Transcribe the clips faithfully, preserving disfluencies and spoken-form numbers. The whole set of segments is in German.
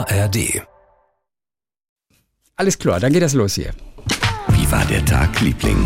R D. Alles klar, dann geht das los hier. Wie war der Tag, Liebling?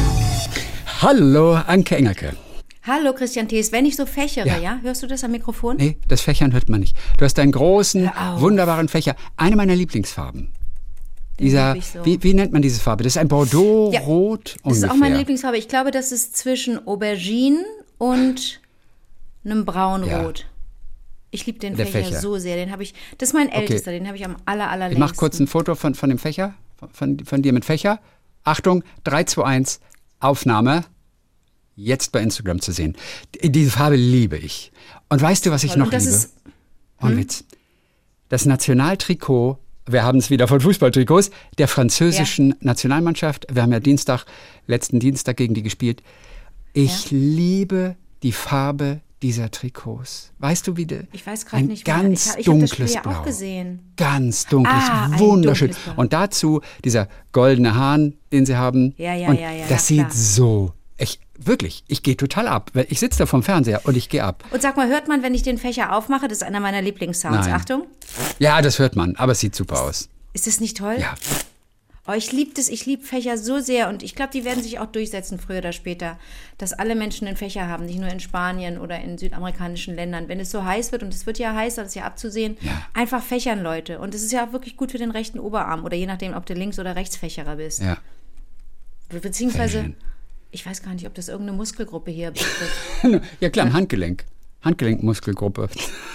Hallo, Anke Engelke. Hallo Christian Thees, wenn ich so fächere, ja. ja? Hörst du das am Mikrofon? Nee, das Fächern hört man nicht. Du hast einen großen, wunderbaren Fächer. Eine meiner Lieblingsfarben. Dieser, so. wie, wie nennt man diese Farbe? Das ist ein Bordeaux-Rot ja, ungefähr. Das ist auch meine Lieblingsfarbe. Ich glaube, das ist zwischen Aubergine und einem Braunrot. Ja. Ich liebe den Fächer, Fächer so sehr. Den habe ich, das ist mein ältester, okay. Den habe ich am aller, allerlängsten. Ich mache kurz ein Foto von, von dem Fächer, von, von dir mit Fächer. Achtung, drei, zwei, eins, Aufnahme. Jetzt bei Instagram zu sehen. Diese Farbe liebe ich. Und weißt du, was ich Toll. noch das liebe? Ist, hm? Witz. Das Nationaltrikot, wir haben es wieder von Fußballtrikots, der französischen ja. Nationalmannschaft. Wir haben ja Dienstag, letzten Dienstag gegen die gespielt. Ich ja. liebe die Farbe dieser Trikots. Weißt du, wie der? Ich weiß gerade nicht, wie ganz ich, ich dunkles habe das Spiel Blau. Ja auch gesehen. Ganz dunkles, ah, wunderschön. Dunkles Und dazu dieser goldene Hahn, den sie haben. Ja, ja, und ja, ja. Das ja, sieht so. Ich, wirklich, ich gehe total ab. Ich sitze da vorm Fernseher und ich gehe ab. Und sag mal, hört man, wenn ich den Fächer aufmache? Das ist einer meiner Lieblingssounds. Nein. Achtung. Ja, das hört man, aber es sieht super aus. Ist das nicht toll? Ja. Oh, ich liebe das, ich liebe Fächer so sehr und ich glaube, die werden sich auch durchsetzen, früher oder später, dass alle Menschen einen Fächer haben, nicht nur in Spanien oder in südamerikanischen Ländern. Wenn es so heiß wird, und es wird ja heiß, das ist ja abzusehen, ja. einfach fächern, Leute. Und es ist ja auch wirklich gut für den rechten Oberarm oder je nachdem, ob du Links- oder Rechtsfächerer bist. Ja. Beziehungsweise, Fächern. Ich weiß gar nicht, ob das irgendeine Muskelgruppe hier betrifft. Ja klar, ein Handgelenk. Handgelenkmuskelgruppe.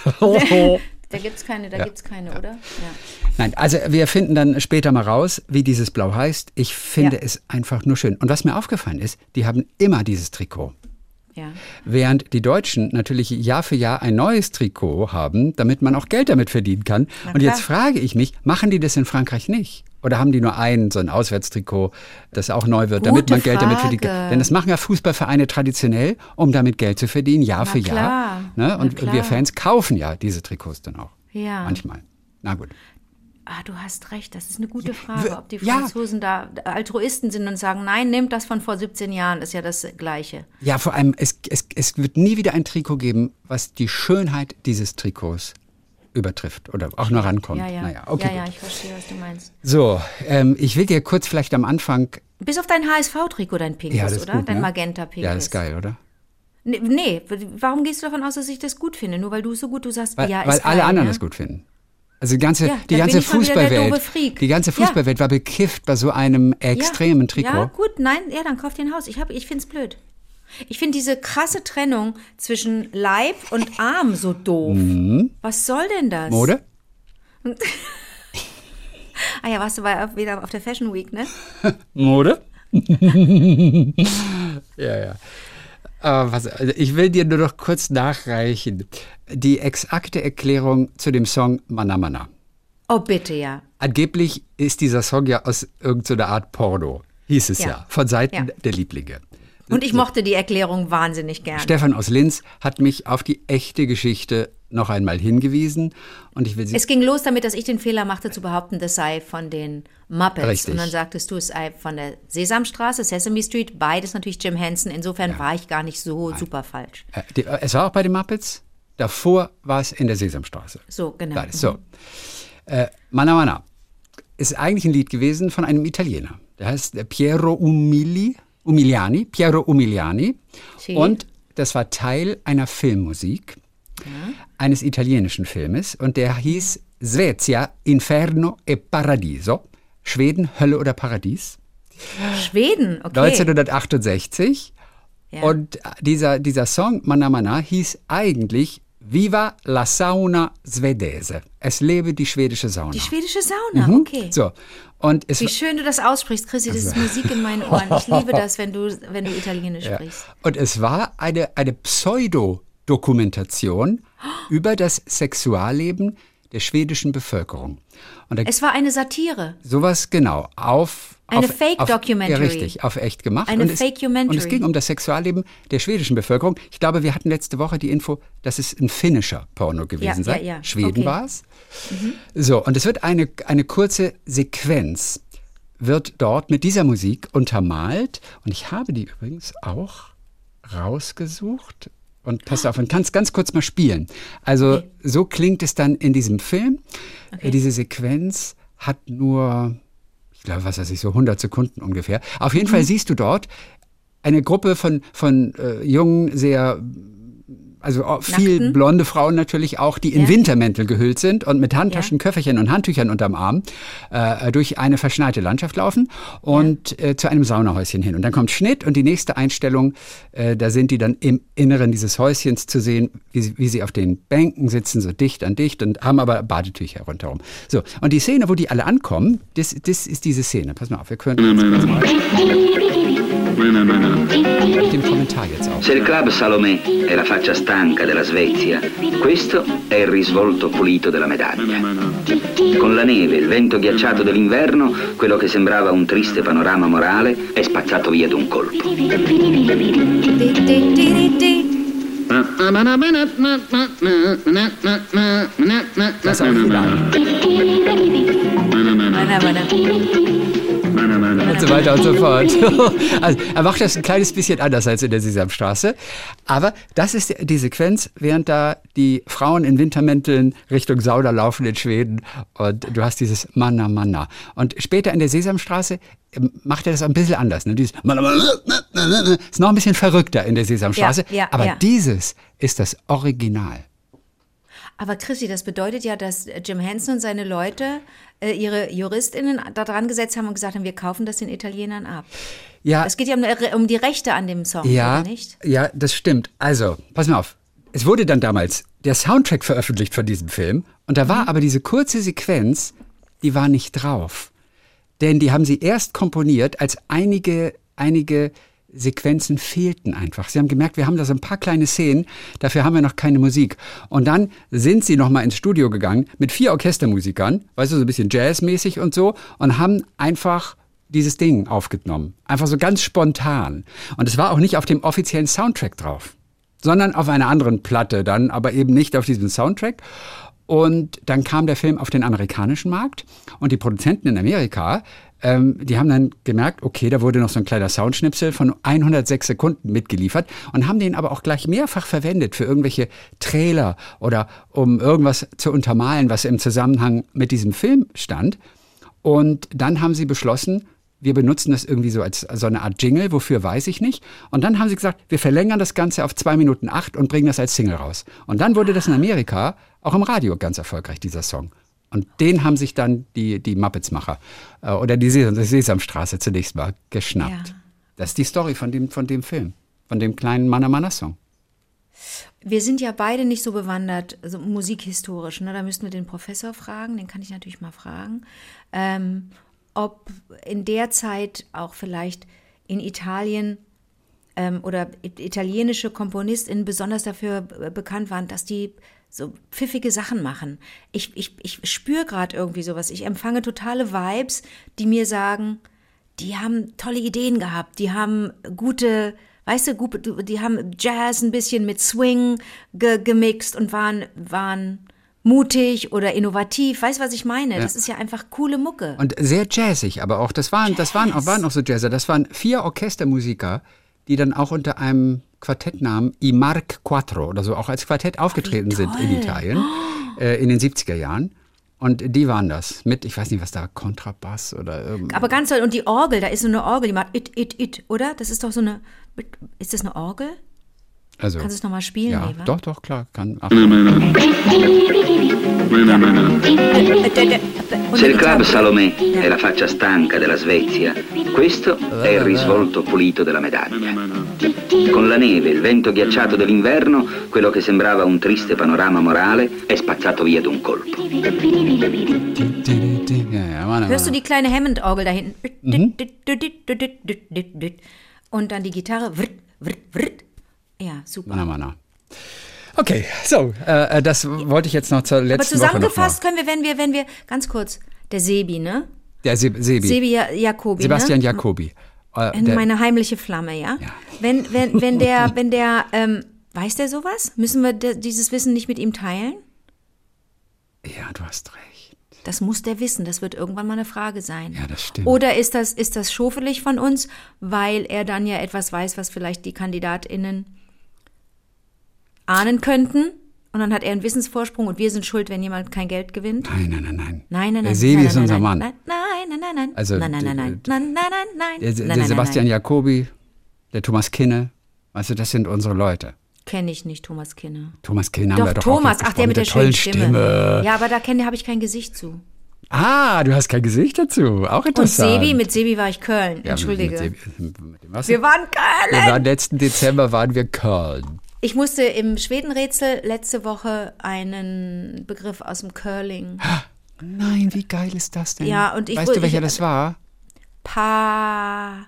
Da gibt es keine, da ja. gibt's keine, oder? Ja. Nein, also wir finden dann später mal raus, wie dieses Blau heißt. Ich finde ja. es einfach nur schön. Und was mir aufgefallen ist, die haben immer dieses Trikot. Ja. Während die Deutschen natürlich Jahr für Jahr ein neues Trikot haben, damit man auch Geld damit verdienen kann. Na Und klar. jetzt frage ich mich, machen die das in Frankreich nicht? Oder haben die nur ein, so ein Auswärtstrikot, das auch neu wird, Gute damit man Geld Frage. damit verdient? Denn das machen ja Fußballvereine traditionell, um damit Geld zu verdienen, Jahr Na für klar. Jahr. Ne? Und Na wir klar. Fans kaufen ja diese Trikots dann auch. Ja. Manchmal. Na gut. Ah, du hast recht, das ist eine gute Frage, Ja, ob die ja. Franzosen da Altruisten sind und sagen, nein, nehmt das von vor siebzehn Jahren, ist ja das Gleiche. Ja, vor allem, es, es, es wird nie wieder ein Trikot geben, was die Schönheit dieses Trikots übertrifft oder auch noch rankommt. Ja, ja, naja, okay, ja, ja gut. ich verstehe, was du meinst. So, ähm, ich will dir kurz vielleicht am Anfang... Bis auf dein H S V-Trikot, dein pinkes, Ja, das ist oder? gut, Dein ne? Magenta-pinkes. Ja, das ist geil, oder? Nee, nee, warum gehst du davon aus, dass ich das gut finde? Nur weil du es so gut, du sagst, Weil, ja, ist weil geil, alle anderen ne? das gut finden. Also die ganze, Ja, die da ganze bin ich mal wieder der doofe Fußballwelt, Freak. die ganze Ja. Fußballwelt war bekifft bei so einem extremen ja, Trikot. Ja, gut, nein, ja, dann kauf dir ein Haus. Ich, hab- ich find's blöd. Ich finde diese krasse Trennung zwischen Leib und Arm so doof. Mhm. Was soll denn das? Mode? Ah ja, warst du bei, wieder auf der Fashion Week, ne? Mode? ja, ja. Aber was, also ich will dir nur noch kurz nachreichen. Die exakte Erklärung zu dem Song Mana Mana. Oh, bitte, ja. Angeblich ist dieser Song ja aus irgendeiner Art Porno, hieß es ja, Ja. von Seiten Ja. der Lieblinge. Und ich mochte die Erklärung wahnsinnig gern. Stefan aus Linz hat mich auf die echte Geschichte noch einmal hingewiesen. Und ich will sie Es ging los damit, dass ich den Fehler machte, zu behaupten, das sei von den Muppets. Richtig. Und dann sagtest du, es sei von der Sesamstraße, Sesame Street, beides natürlich Jim Henson. Insofern Ja. war ich gar nicht so super falsch. Äh, die, äh, es war auch bei den Muppets. Davor war es in der Sesamstraße. So, genau. Beides. So. Äh, Mana Mana ist eigentlich ein Lied gewesen von einem Italiener. Der heißt äh, Piero Umili, Umiliani. Piero Umiliani. Sì. Und das war Teil einer Filmmusik eines italienischen Filmes. Und der hieß Svezia, Inferno e Paradiso. Schweden, Hölle oder Paradies. Schweden, okay. neunzehnhundertachtundsechzig. Ja. Und dieser, dieser Song Mana Mana hieß eigentlich Viva la Sauna Svedese. Es lebe die schwedische Sauna. Die schwedische Sauna, Mhm. okay. So. Und es Wie war- schön du das aussprichst, Chrissy, das ist Musik in meinen Ohren. Ich liebe das, wenn du, wenn du Italienisch ja. sprichst. Und es war eine, eine Pseudodokumentation über das Sexualleben der schwedischen Bevölkerung. Und da, Es war eine Satire. sowas genau auf Eine auf, Fake-Documentary. Ja, richtig, auf echt gemacht. Eine und es, Fake-Documentary. Und es ging um das Sexualleben der schwedischen Bevölkerung. Ich glaube, wir hatten letzte Woche die Info, dass es ein finnischer Porno gewesen Ja, sei. ja, ja. Schweden Okay. war es. So, und es wird eine, eine kurze Sequenz, wird dort mit dieser Musik untermalt. Und ich habe die übrigens auch rausgesucht. Und pass auf, und kannst ganz kurz mal spielen. Also okay. so klingt es dann in diesem Film. Okay. Diese Sequenz hat nur, ich glaube, was weiß ich, so hundert Sekunden ungefähr. Auf jeden mhm. Fall siehst du dort eine Gruppe von, von äh, jungen, sehr, also viel Nackten. blonde Frauen natürlich auch, die in ja. Wintermäntel gehüllt sind und mit Handtaschen, ja. Köfferchen und Handtüchern unterm Arm äh, durch eine verschneite Landschaft laufen und ja. äh, zu einem Saunahäuschen hin. Und dann kommt Schnitt und die nächste Einstellung, äh, da sind die dann im Inneren dieses Häuschens zu sehen, wie sie, wie sie auf den Bänken sitzen, so dicht an dicht und haben aber Badetücher rundherum. So, und die Szene, wo die alle ankommen, das, das ist diese Szene. Pass mal auf, wir können jetzt kurz mal mit dem Kommentar jetzt auch. Se il club Salomè è la faccia stanca della Svezia, questo è il risvolto pulito della medaglia. Con la neve e il vento ghiacciato dell'inverno, quello che sembrava un triste panorama morale è spazzato via d'un colpo. Das auch und so weiter und so fort. Also er macht das ein kleines bisschen anders als in der Sesamstraße. Aber das ist die Sequenz, während da die Frauen in Wintermänteln Richtung Sauna laufen in Schweden. Und du hast dieses Manna Manna. Und später in der Sesamstraße macht er das ein bisschen anders. Ne? Dieses Manna Manna ist noch ein bisschen verrückter in der Sesamstraße. Ja, ja, aber ja. dieses ist das Original. Aber Chrissy, das bedeutet ja, dass Jim Henson und seine Leute äh, ihre JuristInnen da dran gesetzt haben und gesagt haben, wir kaufen das den Italienern ab. Ja. Es geht ja um, um die Rechte an dem Song, ja, oder nicht? Ja, das stimmt. Also, pass mal auf. Es wurde dann damals der Soundtrack veröffentlicht von diesem Film und da war mhm. aber diese kurze Sequenz, die war nicht drauf. Denn die haben sie erst komponiert, als einige, einige Sequenzen fehlten einfach. Sie haben gemerkt, wir haben da so ein paar kleine Szenen, dafür haben wir noch keine Musik. Und dann sind sie noch mal ins Studio gegangen mit vier Orchestermusikern, weißt du, so ein bisschen jazzmäßig und so, und haben einfach dieses Ding aufgenommen. Einfach so ganz spontan. Und es war auch nicht auf dem offiziellen Soundtrack drauf, sondern auf einer anderen Platte dann, aber eben nicht auf diesem Soundtrack. Und dann kam der Film auf den amerikanischen Markt und die Produzenten in Amerika, ähm, die haben dann gemerkt, okay, da wurde noch so ein kleiner Soundschnipsel von hundertsechs Sekunden mitgeliefert und haben den aber auch gleich mehrfach verwendet für irgendwelche Trailer oder um irgendwas zu untermalen, was im Zusammenhang mit diesem Film stand. Und dann haben sie beschlossen, wir benutzen das irgendwie so als so eine Art Jingle, wofür weiß ich nicht. Und dann haben sie gesagt, wir verlängern das Ganze auf zwei Minuten acht und bringen das als Single raus. Und dann wurde das in Amerika auch im Radio ganz erfolgreich, dieser Song. Und den haben sich dann die, die Muppets-Macher äh, oder die Sesamstraße zunächst mal geschnappt. Ja. Das ist die Story von dem, von dem Film, von dem kleinen Manna-Manna-Song. Wir sind ja beide nicht so bewandert, also musikhistorisch. Ne? Da müssten wir den Professor fragen, den kann ich natürlich mal fragen. Ähm, ob in der Zeit auch vielleicht in Italien ähm, oder italienische KomponistInnen besonders dafür bekannt waren, dass die so pfiffige Sachen machen. Ich, ich, ich spüre gerade irgendwie sowas. Ich empfange totale Vibes, die mir sagen, die haben tolle Ideen gehabt, die haben gute, weißt du, gut, die haben Jazz ein bisschen mit Swing ge- gemixt und waren, waren mutig oder innovativ. Weißt du, was ich meine? Ja. Das ist ja einfach coole Mucke. Und sehr jazzig, aber auch, das waren, das waren auch, waren auch so Jazzer. Das waren vier Orchestermusiker, die dann auch unter einem Quartettnamen I Mark Quattro oder so auch als Quartett aufgetreten oh, sind in Italien oh. äh, in den siebziger Jahren. Und die waren das mit, ich weiß nicht, was da, Kontrabass oder irgendwie. Aber ganz toll. Und die Orgel, da ist so eine Orgel, die macht it, it, it, oder? Das ist doch so eine, ist das eine Orgel? Also, kannst du es nochmal spielen? Ja, Eva? doch, doch, klar. Kann. Se il club Salomè è la faccia stanca della Svezia, questo è il risvolto pulito della medaglia. Con la neve e il vento ghiacciato dell'inverno, quello che sembrava un triste panorama morale è spazzato via d'un colpo. Hörst du die kleine Hammond-Orgel da hinten? Mhm. Und dann die Gitarre. Ja, super. Manna, manna. Okay, so, äh, das wollte ich jetzt noch zur letzten Woche noch mal. Aber zusammengefasst können wir, wenn wir, wenn wir, ganz kurz, der Sebi, ne? Der Se- Sebi. Sebi ja- Jacobi, Sebastian ne? Jacobi. Äh, der, Meine heimliche Flamme, ja? ja. Wenn, wenn, wenn der, wenn der, ähm, weiß der sowas? Müssen wir de- dieses Wissen nicht mit ihm teilen? Ja, du hast recht. Das muss der wissen, das wird irgendwann mal eine Frage sein. Ja, das stimmt. Oder ist das, ist das schofelig von uns, weil er dann ja etwas weiß, was vielleicht die KandidatInnen ahnen könnten. Und dann hat er einen Wissensvorsprung und wir sind schuld, wenn jemand kein Geld gewinnt. Nein, nein, nein, nein. Nein, nein, nein. Der Sebi nein, ist nein, unser nein, Mann. Nein, nein, nein, nein, nein. Also, nein, nein, nein, nein, der, nein, nein, nein, nein. Der, der nein, nein, Sebastian nein. Jacobi, der Thomas Kinne, weißt du, das sind unsere Leute. Kenne ich nicht, Thomas Kinne. Thomas Kinne haben Doch, wir doch Thomas, auch ach, der mit der, tollen schönen Stimme. Stimme. Ja, aber da habe ich kein Gesicht zu. Ah, du hast kein Gesicht dazu. Auch Und interessant. Sebi, mit Sebi war ich Köln. Ja, Entschuldige. Mit Sebi, mit dem was? Wir waren Köln. Wir waren letzten Dezember waren wir Köln. Ich musste im Schwedenrätsel letzte Woche einen Begriff aus dem Curling. Nein, wie geil ist das denn? Ja, und ich weißt du, welcher ich, das war? Party.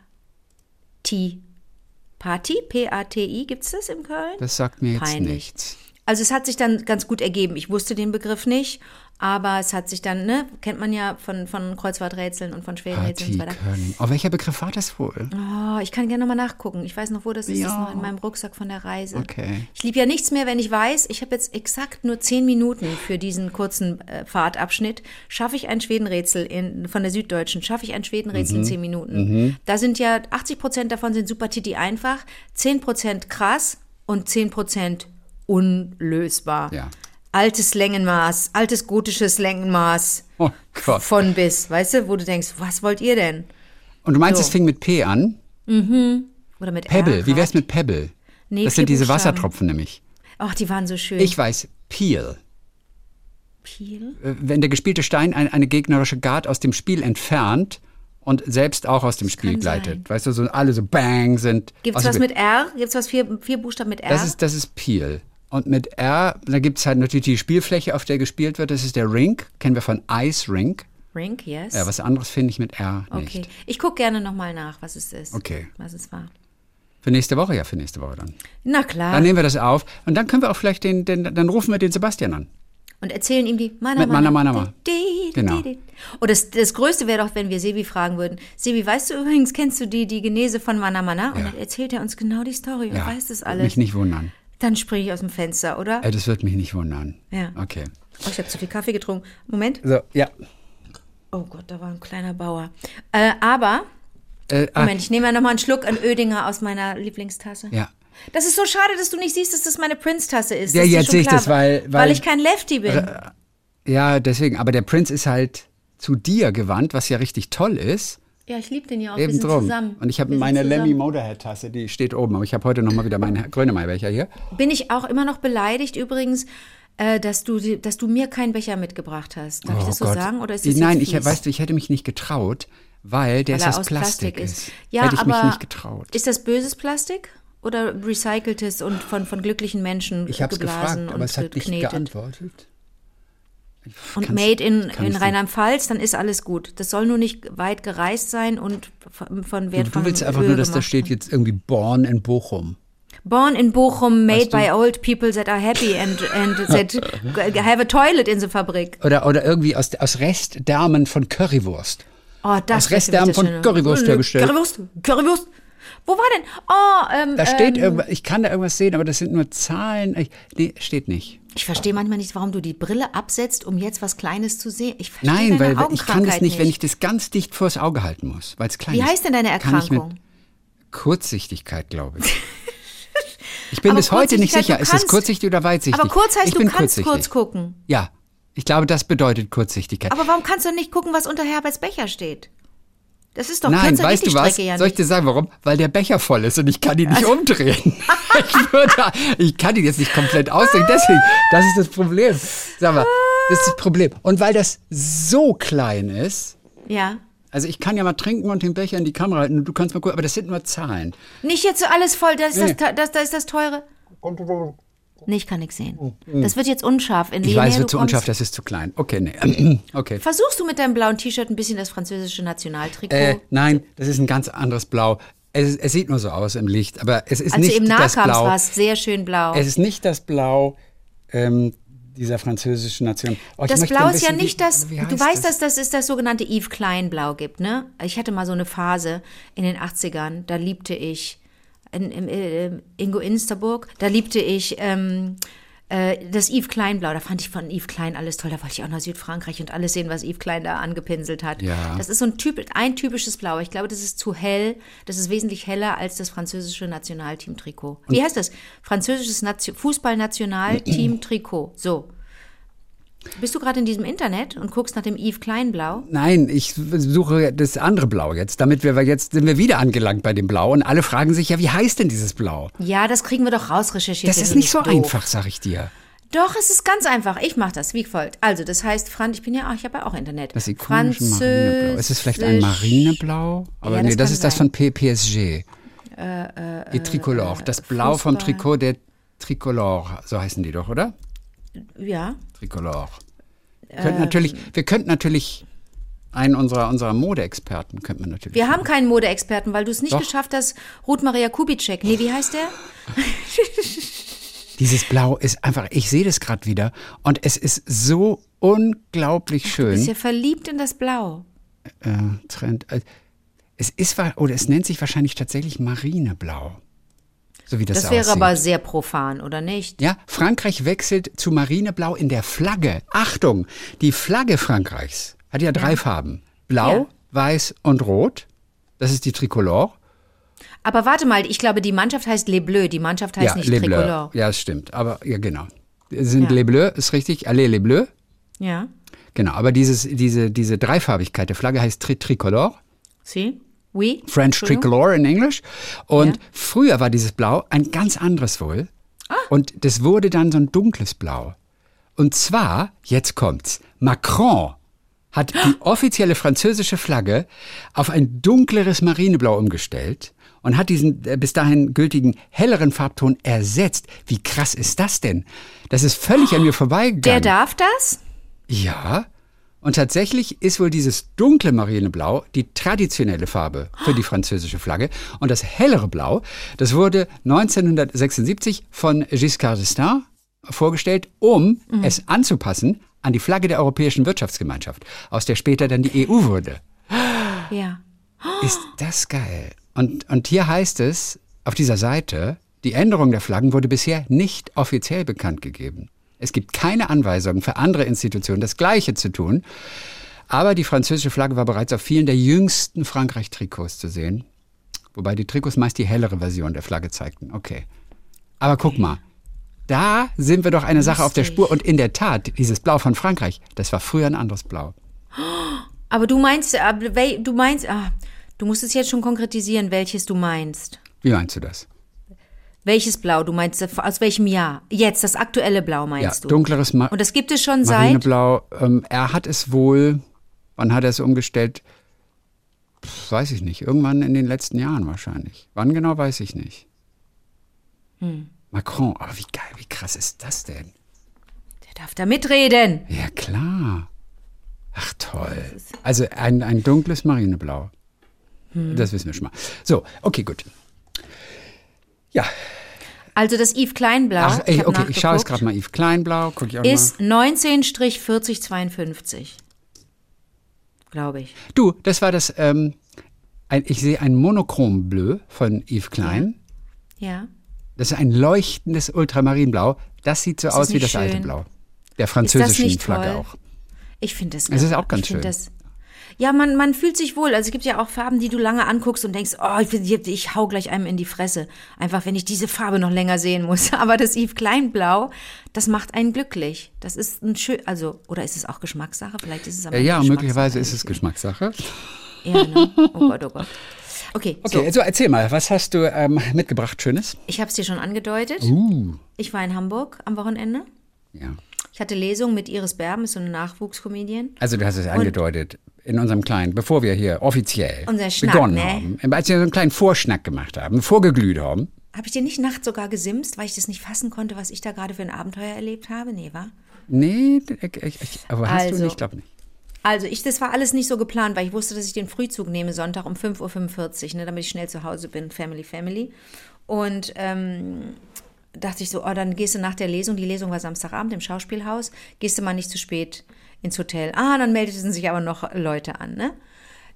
Party? P A T I, gibt es das in Köln? Das sagt mir jetzt Peinlich. nichts. Also es hat sich dann ganz gut ergeben. Ich wusste den Begriff nicht, aber es hat sich dann, ne, kennt man ja von, von Kreuzworträtseln und von Schwedenrätseln und so Party weiter. Curling. Oh, welcher Begriff war das wohl? Oh, ich kann gerne nochmal nachgucken. Ich weiß noch, wo das ist. Ja. Das ist noch in meinem Rucksack von der Reise. Okay. Ich liebe ja nichts mehr, wenn ich weiß, ich habe jetzt exakt nur zehn Minuten für diesen kurzen äh, Fahrtabschnitt. Schaffe ich ein Schwedenrätsel in, von der Süddeutschen, schaffe ich ein Schwedenrätsel Mhm. in zehn Minuten. Mhm. Da sind ja achtzig Prozent davon sind super Titi einfach, zehn Prozent krass und zehn Prozent unlösbar. Ja. Altes Längenmaß, altes gotisches Längenmaß. Oh Gott. Von bis, weißt du, wo du denkst, was wollt ihr denn? Und du meinst, So. es fing mit P an? Oder mit Pebble. R Wie wär's grad? mit Pebble? Nee, das vier sind diese Buchstaben. Wassertropfen nämlich. Ach, die waren so schön. Ich weiß, Peel. Peel? Äh, Wenn der gespielte Stein ein, eine gegnerische Guard aus dem Spiel entfernt und selbst auch aus dem Spiel kann gleitet. sein. Weißt du, so alle so bang sind. Gibt's Also was mit R? Gibt's was vier, vier Buchstaben mit R? Das ist, das ist Peel. Und mit R, da gibt es halt natürlich die Spielfläche, auf der gespielt wird. Das ist der Rink. Kennen wir von Ice Rink. Rink, yes. Ja, was anderes finde ich mit R nicht. Okay. Ich gucke gerne nochmal nach, was es ist. Okay. Was es war. Für nächste Woche? Ja, für nächste Woche dann. Na klar. Dann nehmen wir das auf. Und dann können wir auch vielleicht den, den dann rufen wir den Sebastian an. Und erzählen ihm die Mana Mit Mana, Mana, Mana. Di, di, Genau. di, di. Und das, das Größte wäre doch, wenn wir Sebi fragen würden. Sebi, weißt du übrigens, kennst du die, die Genese von Mana Mana? Und Ja. dann erzählt er uns genau die Story und Ja, weiß das würde alles. mich nicht wundern. Dann springe ich aus dem Fenster, oder? Äh, das wird mich nicht wundern. Ja. Okay. Oh, ich habe zu viel Kaffee getrunken. Moment. So, ja. Oh Gott, da war ein kleiner Bauer. Äh, aber, Äh, ah, Moment, ich nehme ja nochmal einen Schluck an Oedinger aus meiner Lieblingstasse. ja. Das ist so schade, dass du nicht siehst, dass das meine Prince-Tasse ist. Ja, Das ist dir jetzt schon sehe ich klar, das, weil- Weil weil- ich kein Lefty bin. Ja, deswegen. Aber der Prince ist halt zu dir gewandt, was ja richtig toll ist. Ja, ich liebe den ja auch. Wir Eben sind drum. zusammen. Und ich habe Wir sind meine zusammen. Lemmy Motorhead-Tasse, die steht oben. Aber ich habe heute nochmal wieder meinen Grönemeyer-Becher hier. Bin ich auch immer noch beleidigt übrigens, äh, dass, du, die- dass du mir keinen Becher mitgebracht hast. Darf ich das so sagen? Oder ist das Nein, jetzt ich, fies? weißt du, ich hätte mich nicht getraut, weil der Weil ist er aus aus Plastik, Plastik ist. ist. Ja, hätte ich aber mich nicht getraut. Ist das böses Plastik? Oder recyceltes und von, von glücklichen Menschen Ich habe es geblasen gefragt, und aber es hat nicht geknetet? geantwortet. Ich Und kann's- made in, kann in ich's Rheinland-Pfalz, dann ist alles gut. Das soll nur nicht weit gereist sein und von, von nicht. Wert Du, von du willst einfach Höhe nur, dass da gemacht steht sein. jetzt irgendwie Born in Bochum. Born in Bochum, made Weißt du- by old people that are happy and, and that have a toilet in the Fabrik. Oder, oder irgendwie aus, aus Restdärmen von Currywurst. Oh, das Aus wär für mich Restdarm das von Schöne. Currywurst hergestellt. Currywurst, Currywurst. Wo war denn? Oh, ähm, Da steht ähm, irgendwas, ich kann da irgendwas sehen, aber das sind nur Zahlen. Ich, nee, steht nicht. Ich verstehe manchmal nicht, warum du die Brille absetzt, um jetzt was Kleines zu sehen. Ich verstehe Nein, deine weil ich kann das Augenkrankheit nicht, wenn ich das ganz dicht vors Auge halten muss, weil es klein Wie ist. heißt denn deine Kann ich mit Erkrankung? Kurzsichtigkeit, glaube ich. Ich bin Aber bis heute nicht Kurzsichtigkeit, sicher, du ist das kannst- kurzsichtig oder weitsichtig? Aber kurz heißt, ich du bin kannst kurzsichtig. kurz gucken. Ja, ich glaube, das bedeutet Kurzsichtigkeit. Aber warum kannst du nicht gucken, was unter Herberts Becher steht? Das ist doch Nein, kürzer weißt geht du die was? Strecke ja Soll ich nicht. dir sagen, warum? Weil der Becher voll ist und ich kann ihn nicht umdrehen. ich, würde, ich kann ihn jetzt nicht komplett ausdrehen. Deswegen, das ist das Problem. Sag mal, das ist das Problem. Und weil das so klein ist, Ja. also ich kann ja mal trinken und den Becher in die Kamera halten und du kannst mal gucken, aber das sind nur Zahlen. Nicht jetzt so alles voll, das ist, Nee. das, das, das ist das Teure. Nee, ich kann nichts sehen. Das wird jetzt unscharf. In Ich je weiß, es näher wird du zu kommst- unscharf, das ist zu klein. Okay, nee. Okay. Versuchst du mit deinem blauen T-Shirt ein bisschen das französische Nationaltrikot? Äh, nein, das ist ein ganz anderes Blau. Es, es sieht nur so aus im Licht, aber es ist Als du nicht eben das nachkamst, Blau. war es sehr schön blau. Es ist nicht das Blau ähm, dieser französischen Nation. Oh, ich Das möchte Blau ein ist ja bisschen- nicht wie- das, wie du heißt weißt, dass das ist das sogenannte Yves Klein Blau gibt, ne? Ich hatte mal so eine Phase in den achtzigern, da liebte ich in, in, in Ingo Insterburg, da liebte ich ähm, Äh, das Yves Klein Blau, da fand ich von Yves Klein alles toll. Da wollte ich auch nach Südfrankreich und alles sehen, was Yves Klein da angepinselt hat. Ja. Das ist so ein, typ, ein typisches Blau. Ich glaube, das ist zu hell. Das ist wesentlich heller als das französische Nationalteam-Trikot. Wie heißt das? Französisches Nation- Fußball-Nationalteam-Trikot. So. Bist du gerade in diesem Internet und guckst nach dem Yves Klein Blau? Nein, ich suche das andere Blau jetzt. Damit wir jetzt sind wir wieder angelangt bei dem Blau und alle fragen sich ja, wie heißt denn dieses Blau? Ja, das kriegen wir doch raus recherchiert. Das ist nicht so einfach, sag ich dir. Doch, es ist ganz einfach. Ich mache das wie folgt. Also, das heißt, Franz, ich bin ja, ach, ich habe ja auch Internet. Das ikonische Marineblau. Ist es vielleicht ein Marineblau? Aber ja, das nee, das ist sein. Das von P S G. Äh, äh, die Tricolore. Das Blau Fußball. Vom Trikot der Tricolore. So heißen die doch, oder? Ja. Tricolore. Wir könnten ähm, natürlich, wir könnten natürlich einen unserer, unserer Modeexperten könnten wir natürlich. Wir machen. haben keinen Modeexperten, weil du es nicht Doch. geschafft hast. Ruth Maria Kubitschek. Nee, wie heißt der? Dieses Blau ist einfach, ich sehe das gerade wieder und es ist so unglaublich schön. Du bist ja verliebt in das Blau. Äh, Trend. Äh, es ist, oder es nennt sich wahrscheinlich tatsächlich Marineblau. So wie das, das wäre aussieht. Aber sehr profan, oder nicht? Ja, Frankreich wechselt zu Marineblau in der Flagge. Achtung, die Flagge Frankreichs hat ja drei ja. Farben. Blau, ja. Weiß und Rot. Das ist die Tricolore. Aber warte mal, ich glaube, die Mannschaft heißt Les Bleus, die Mannschaft heißt ja, nicht Les Tricolore. Bleus. Ja, das stimmt. Aber ja, genau. Sind ja. Les Bleus, ist richtig. Allez, Les Bleus. Ja. Genau, aber dieses, diese, diese Dreifarbigkeit der Flagge heißt Tri- Tricolore. Sie? Oui. French Tricolore in Englisch. Und ja. früher war dieses Blau ein ganz anderes wohl. Ah. Und das wurde dann so ein dunkles Blau. Und zwar, jetzt kommt's, Macron hat die offizielle französische Flagge auf ein dunkleres Marineblau umgestellt und hat diesen äh, bis dahin gültigen helleren Farbton ersetzt. Wie krass ist das denn? Das ist völlig an mir vorbeigegangen. Der darf das? Ja. Und tatsächlich ist wohl dieses dunkle Marineblau die traditionelle Farbe für die französische Flagge. Und das hellere Blau, das wurde neunzehnhundertsechsundsiebzig von Giscard d'Estaing vorgestellt, um mhm. es anzupassen an die Flagge der Europäischen Wirtschaftsgemeinschaft, aus der später dann die E U wurde. Ja. Ist das geil. Und, und hier heißt es auf dieser Seite, die Änderung der Flaggen wurde bisher nicht offiziell bekannt gegeben. Es gibt keine Anweisungen für andere Institutionen, das Gleiche zu tun. Aber die französische Flagge war bereits auf vielen der jüngsten Frankreich-Trikots zu sehen. Wobei die Trikots meist die hellere Version der Flagge zeigten. Okay. Aber guck mal, da sind wir doch eine Sache auf der Spur. Und in der Tat, dieses Blau von Frankreich, das war früher ein anderes Blau. Aber du meinst, du meinst, ah, du musst es jetzt schon konkretisieren, welches du meinst. Wie meinst du das? Welches Blau? Du meinst, aus welchem Jahr? Jetzt, das aktuelle Blau meinst ja, du? Dunkleres Ma- Und das gibt es schon Marineblau, seit? Ähm, er hat es wohl, wann hat er es umgestellt? Pff, weiß ich nicht. Irgendwann in den letzten Jahren wahrscheinlich. Wann genau, weiß ich nicht. Hm. Macron, aber wie geil, wie krass ist das denn? Der darf da mitreden. Ja, klar. Ach, toll. Also ein, ein dunkles Marineblau. Hm. Das wissen wir schon mal. So, okay, gut. Ja. Also das Yves Klein Blau, Ach, ey, okay, ich schaue jetzt gerade mal Yves Klein Blau, guck ich auch ist mal. neunzehn vierzig zweiundfünfzig, glaube ich. Du, das war das, ähm, ein, ich sehe ein Monochrom Bleu von Yves Klein. Ja. ja. Das ist ein leuchtendes Ultramarinblau. Das sieht so ist aus wie das schön? alte Blau. Der französischen ist das Flagge toll? auch. Ich finde das Es ist auch ganz ich schön. Das, ja, man, man fühlt sich wohl. Also es gibt ja auch Farben, die du lange anguckst und denkst, oh, ich, ich, ich hau gleich einem in die Fresse. Einfach, wenn ich diese Farbe noch länger sehen muss. Aber das Yves Klein Blau, das macht einen glücklich. Das ist ein schön, also, oder ist es auch Geschmackssache? Vielleicht ist es aber Ja, möglicherweise ist es Geschmackssache. Ja, ne? Oh Gott, oh Gott. Okay, okay, so. also erzähl mal, was hast du ähm, mitgebracht Schönes? Ich habe es dir schon angedeutet. Uh. Ich war in Hamburg am Wochenende. Ja. Ich hatte Lesung mit Iris Berben, ist so eine Nachwuchskomedian. Also du hast es angedeutet in unserem kleinen, bevor wir hier offiziell Schnack, begonnen ne? haben, als wir so einen kleinen Vorschnack gemacht haben, vorgeglüht haben. Habe ich dir nicht nachts sogar gesimst, weil ich das nicht fassen konnte, was ich da gerade für ein Abenteuer erlebt habe? Nee, wa? Nee, ich, ich, aber hast also, du nicht, ich glaube nicht. Also ich, das war alles nicht so geplant, weil ich wusste, dass ich den Frühzug nehme, Sonntag um fünf Uhr fünfundvierzig, ne, damit ich schnell zu Hause bin, Family, Family. Und ähm, dachte ich so, oh, dann gehst du nach der Lesung, die Lesung war Samstagabend im Schauspielhaus, gehst du mal nicht zu spät ins Hotel. Ah, dann meldeten sich aber noch Leute an, ne?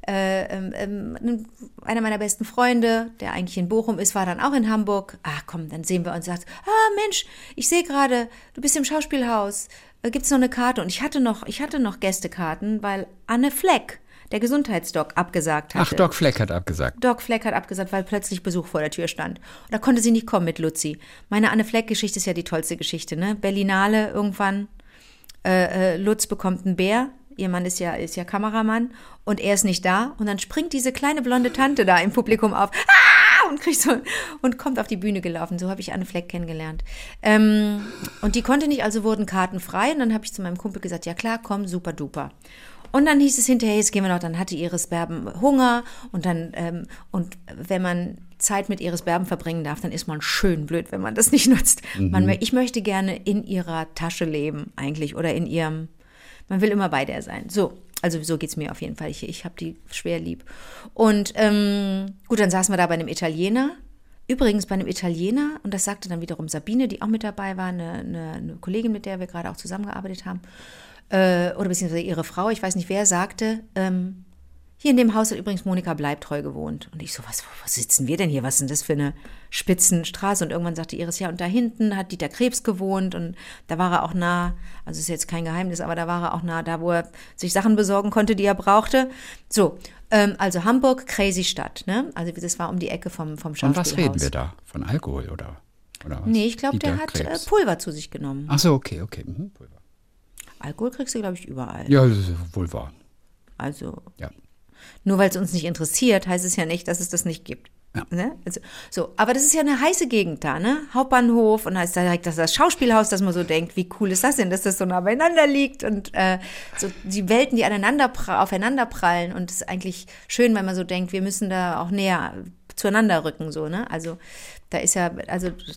Äh, ähm, einer meiner besten Freunde, der eigentlich in Bochum ist, war dann auch in Hamburg. Ach komm, dann sehen wir uns und sagt, ah Mensch, ich sehe gerade, du bist im Schauspielhaus. Äh, gibt's noch eine Karte? Und ich hatte noch, ich hatte noch Gästekarten, weil Anne Fleck, der Gesundheitsdoc, abgesagt hatte. Ach, Doc Fleck hat abgesagt. Doc Fleck hat abgesagt, weil plötzlich Besuch vor der Tür stand. Und da konnte sie nicht kommen mit Luzi. Meine Anne Fleck-Geschichte ist ja die tollste Geschichte, ne? Berlinale irgendwann, äh, äh, Lutz bekommt einen Bär. Ihr Mann ist ja, ist ja Kameramann und er ist nicht da. Und dann springt diese kleine blonde Tante da im Publikum auf ah! und kriegt so und kommt auf die Bühne gelaufen. So habe ich Anne Fleck kennengelernt. Ähm, und die konnte nicht, also wurden Karten frei. Und dann habe ich zu meinem Kumpel gesagt, ja klar, komm, super duper. Und dann hieß es hinterher, jetzt gehen wir noch, dann hatte Iris Berben Hunger und dann, ähm, und wenn man Zeit mit Iris Berben verbringen darf, dann ist man schön blöd, wenn man das nicht nutzt. Mhm. Man, ich möchte gerne in ihrer Tasche leben eigentlich oder in ihrem, man will immer bei der sein. So, also so geht's mir auf jeden Fall. Ich, ich habe die schwer lieb. Und ähm, gut, dann saßen wir da bei einem Italiener. Übrigens bei einem Italiener, und das sagte dann wiederum Sabine, die auch mit dabei war, eine, eine, eine Kollegin, mit der wir gerade auch zusammengearbeitet haben, äh, oder beziehungsweise ihre Frau, ich weiß nicht wer, sagte, ähm, hier in dem Haus hat übrigens Monika Bleibtreu gewohnt. Und ich so, was, wo sitzen wir denn hier? Was ist denn das für eine Spitzenstraße? Und irgendwann sagte Iris, ja, und da hinten hat Dieter Krebs gewohnt und da war er auch nah, also ist jetzt kein Geheimnis, aber da war er auch nah, da wo er sich Sachen besorgen konnte, die er brauchte. So, ähm, also Hamburg, crazy Stadt, ne? Also das war um die Ecke vom, vom Schauspielhaus. Von was reden wir da? Von Alkohol oder, oder was? Nee, ich glaube, der hat äh, Pulver zu sich genommen. Ach so, okay, okay, mhm, Pulver. Alkohol kriegst du, glaube ich, überall. Ja, das ist wohl wahr. Also... Ja. Nur weil es uns nicht interessiert, heißt es ja nicht, dass es das nicht gibt. Ja. Ne? Also, so, aber das ist ja eine heiße Gegend da, ne? Hauptbahnhof und da ist da direkt das, das Schauspielhaus, dass man so denkt, wie cool ist das denn, dass das so nah beieinander liegt und äh, so die Welten, die aneinander aufeinander prallen und es ist eigentlich schön, wenn man so denkt, wir müssen da auch näher zueinander rücken, so, ne? Also da ist ja, also das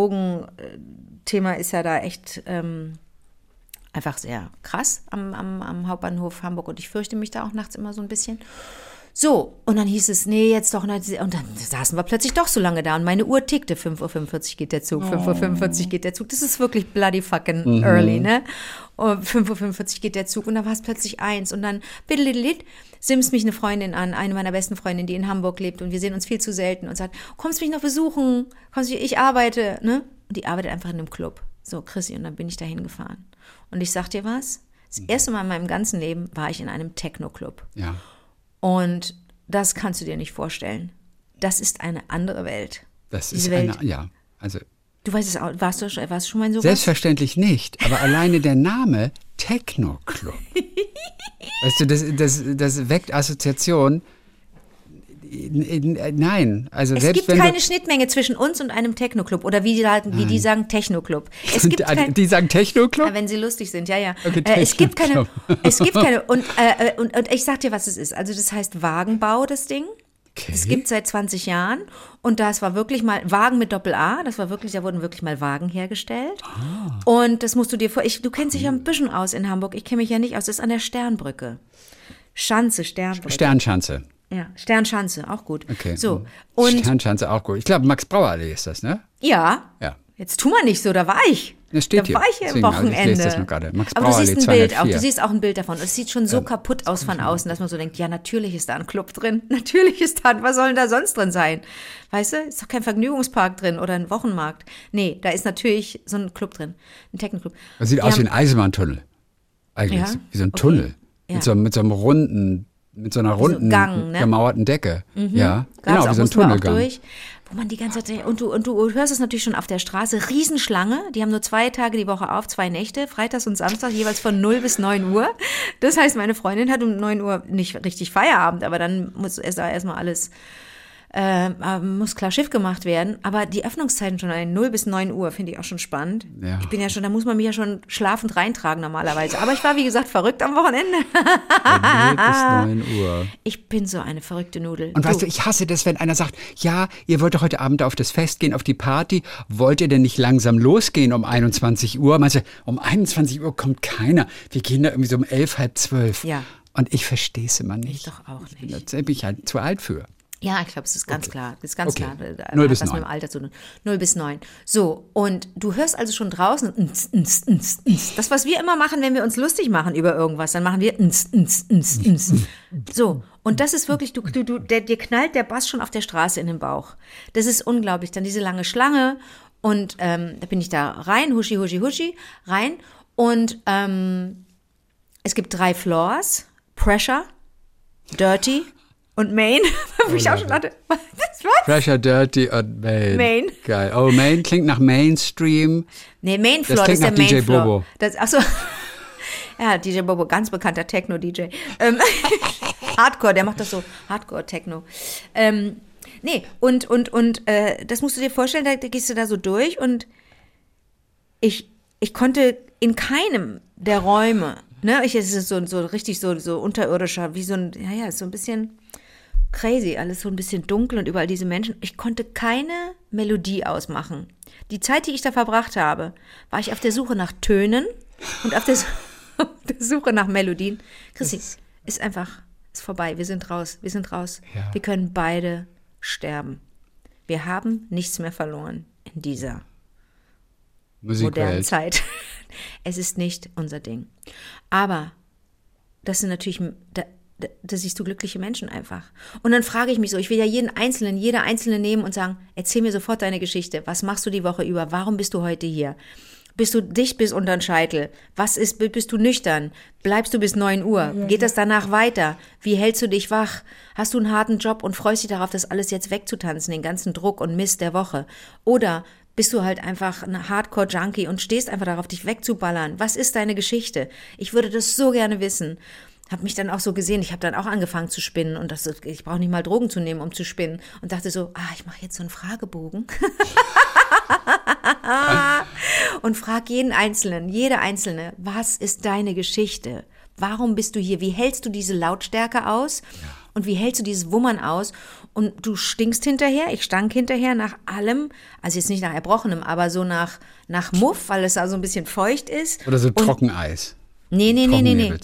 Drogenthema ist ja da echt ähm, einfach sehr krass am, am, am Hauptbahnhof Hamburg und ich fürchte mich da auch nachts immer so ein bisschen. So, und dann hieß es, nee, jetzt doch, und dann saßen wir plötzlich doch so lange da und meine Uhr tickte, fünf Uhr fünfundvierzig geht der Zug, fünf Uhr fünfundvierzig geht der Zug, das ist wirklich bloody fucking mhm. early, ne? Und fünf Uhr fünfundvierzig geht der Zug und dann war es plötzlich eins und dann, biddelidilit, simst mich eine Freundin an, eine meiner besten Freundinnen, die in Hamburg lebt und wir sehen uns viel zu selten und sagt, kommst du mich noch besuchen, kommst du, ich arbeite, ne? Und die arbeitet einfach in einem Club. So, Chrissy, und dann bin ich da hingefahren. Und ich sag dir was, das erste Mal in meinem ganzen Leben war ich in einem Techno-Club. Ja. Und das kannst du dir nicht vorstellen. Das ist eine andere Welt. Das Diese ist Welt. eine, ja, also. Du weißt es auch, warst du, warst du schon mal in sowas? Selbstverständlich nicht, aber alleine der Name Techno-Club. Weißt du, das, das, das weckt Assoziationen. Nein, also es selbst gibt wenn keine du, Schnittmenge zwischen uns und einem Techno-Club oder wie die, wie die sagen Techno-Club. Es gibt kein, die sagen Techno-Club? Ja, wenn sie lustig sind, ja, ja. Okay, äh, es gibt keine, es gibt keine und, äh, und, und ich sag dir, was es ist. Also das heißt Wagenbau, das Ding. Okay. Das gibt es seit zwanzig Jahren und das war wirklich mal Wagen mit Doppel-A, das war wirklich, da wurden wirklich mal Wagen hergestellt. Ah. Und das musst du dir vor, ich, du kennst dich ja ein bisschen aus in Hamburg, ich kenne mich ja nicht aus, das ist an der Sternbrücke. Schanze, Sternbrücke. Sternschanze. Ja, Sternschanze, auch gut. Okay. So, und Sternschanze auch gut. Ich glaube, Max-Brauer-Allee ist das, ne? Ja. Ja. Jetzt tu mal nicht so, da war ich. Das steht da hier. war ich Deswegen, am Wochenende. Also ich lese das noch gerade. Max Aber du siehst ein Bild auch, du zweihundertvier. siehst auch ein Bild davon. Es sieht schon so Ja, kaputt aus von außen, dass man so denkt, ja, natürlich ist da ein Club drin. Natürlich ist da, was soll denn da sonst drin sein? Weißt du, ist doch kein Vergnügungspark drin oder ein Wochenmarkt. Nee, da ist natürlich so ein Club drin, ein Techno-Club. Das sieht Die aus haben- wie ein Eisenbahntunnel. Eigentlich, Ja? wie so ein Okay. Tunnel. Ja. Mit, so, mit so einem runden, mit so einer runden, Gang, ne? gemauerten Decke. Ja, Gab's genau, auch, wie so ein mussten wir auch Tunnelgang. durch, wo man die ganze Zeit, und du, und du hörst es natürlich schon auf der Straße, Riesenschlange, die haben nur zwei Tage die Woche auf, zwei Nächte, Freitags und Samstag, jeweils von null bis neun Uhr. Das heißt, meine Freundin hat um neun Uhr nicht richtig Feierabend, aber dann muss erst da erstmal alles, äh, muss klar Schiff gemacht werden. Aber die Öffnungszeiten schon an null bis neun Uhr finde ich auch schon spannend. Ja. Ich bin ja schon, da muss man mich ja schon schlafend reintragen normalerweise. Aber ich war, wie gesagt, verrückt am Wochenende. Von null bis neun Uhr. Ich bin so eine verrückte Nudel. Und weißt du, ich hasse das, wenn einer sagt, ja, ihr wollt doch heute Abend auf das Fest gehen, auf die Party. Wollt ihr denn nicht langsam losgehen um einundzwanzig Uhr? Meinst du, um einundzwanzig Uhr kommt keiner. Wir gehen da irgendwie so um elf, halb zwölf. Ja. Und ich verstehe es immer nicht. Ich doch auch Ich bin, nicht. da bin ich halt zu alt für. Ja, ich glaube, es ist ganz Okay. klar. Das ist ganz Okay. klar. Da Null hat bis was neun. mit dem Alter zu tun. Null bis neun. So, und du hörst also schon draußen ns, ns, ns, ns. Das, was wir immer machen, wenn wir uns lustig machen über irgendwas, dann machen wir ns, ns, ns, ns. So, Und das ist wirklich, du, du, du, der, dir knallt der Bass schon auf der Straße in den Bauch. Das ist unglaublich. Dann diese lange Schlange und ähm, da bin ich da rein, huschi, huschi, huschi, rein. Und ähm, es gibt drei Floors, Pressure, Dirty und Main. Wo ich auch schon dachte, was? Pressure, Dirty und Main. Main. Geil. Oh, Main klingt nach Mainstream. Nee, Main Floor, das, das ist der D J Main Floor. Bobo. Das, achso. Ja, D J Bobo, ganz bekannter Techno-D J. Ähm, Hardcore, der macht das so, Hardcore-Techno. Ähm, nee, und, und, und äh, das musst du dir vorstellen, da, da gehst du da so durch und ich, ich konnte in keinem der Räume, ne, ich, es ist so, so richtig so, so unterirdischer, wie so ein, ja, ja, so ein bisschen crazy, alles so ein bisschen dunkel und überall diese Menschen. Ich konnte keine Melodie ausmachen. Die Zeit, die ich da verbracht habe, war ich auf der Suche nach Tönen und auf der, auf der Suche nach Melodien. Christi, ist, ist einfach, ist vorbei. Wir sind raus, wir sind raus. Ja. Wir können beide sterben. Wir haben nichts mehr verloren in dieser Musikwelt. Modernen Zeit. Es ist nicht unser Ding. Aber das sind natürlich, da, da, da siehst du glückliche Menschen einfach. Und dann frage ich mich so, ich will ja jeden Einzelnen, jeder Einzelne nehmen und sagen, erzähl mir sofort deine Geschichte. Was machst du die Woche über? Warum bist du heute hier? Bist du dicht bis unter den Scheitel? Was ist, bist du nüchtern? Bleibst du bis neun Uhr? Geht das danach weiter? Wie hältst du dich wach? Hast du einen harten Job und freust dich darauf, das alles jetzt wegzutanzen, den ganzen Druck und Mist der Woche? Oder bist du halt einfach ein Hardcore-Junkie und stehst einfach darauf, dich wegzuballern? Was ist deine Geschichte? Ich würde das so gerne wissen. Habe mich dann auch so gesehen, ich habe dann auch angefangen zu spinnen und das, ich brauche nicht mal Drogen zu nehmen, um zu spinnen. Und dachte so, ah, ich mache jetzt so einen Fragebogen. Und frag jeden Einzelnen, jede Einzelne, was ist deine Geschichte? Warum bist du hier? Wie hältst du diese Lautstärke aus? Ja. Und wie hältst du dieses Wummern aus? Und du stinkst hinterher, ich stank hinterher nach allem, also jetzt nicht nach Erbrochenem, aber so nach, nach Muff, weil es da so ein bisschen feucht ist. Oder so und, Trockeneis. Nee, nee, nee, nee, nee.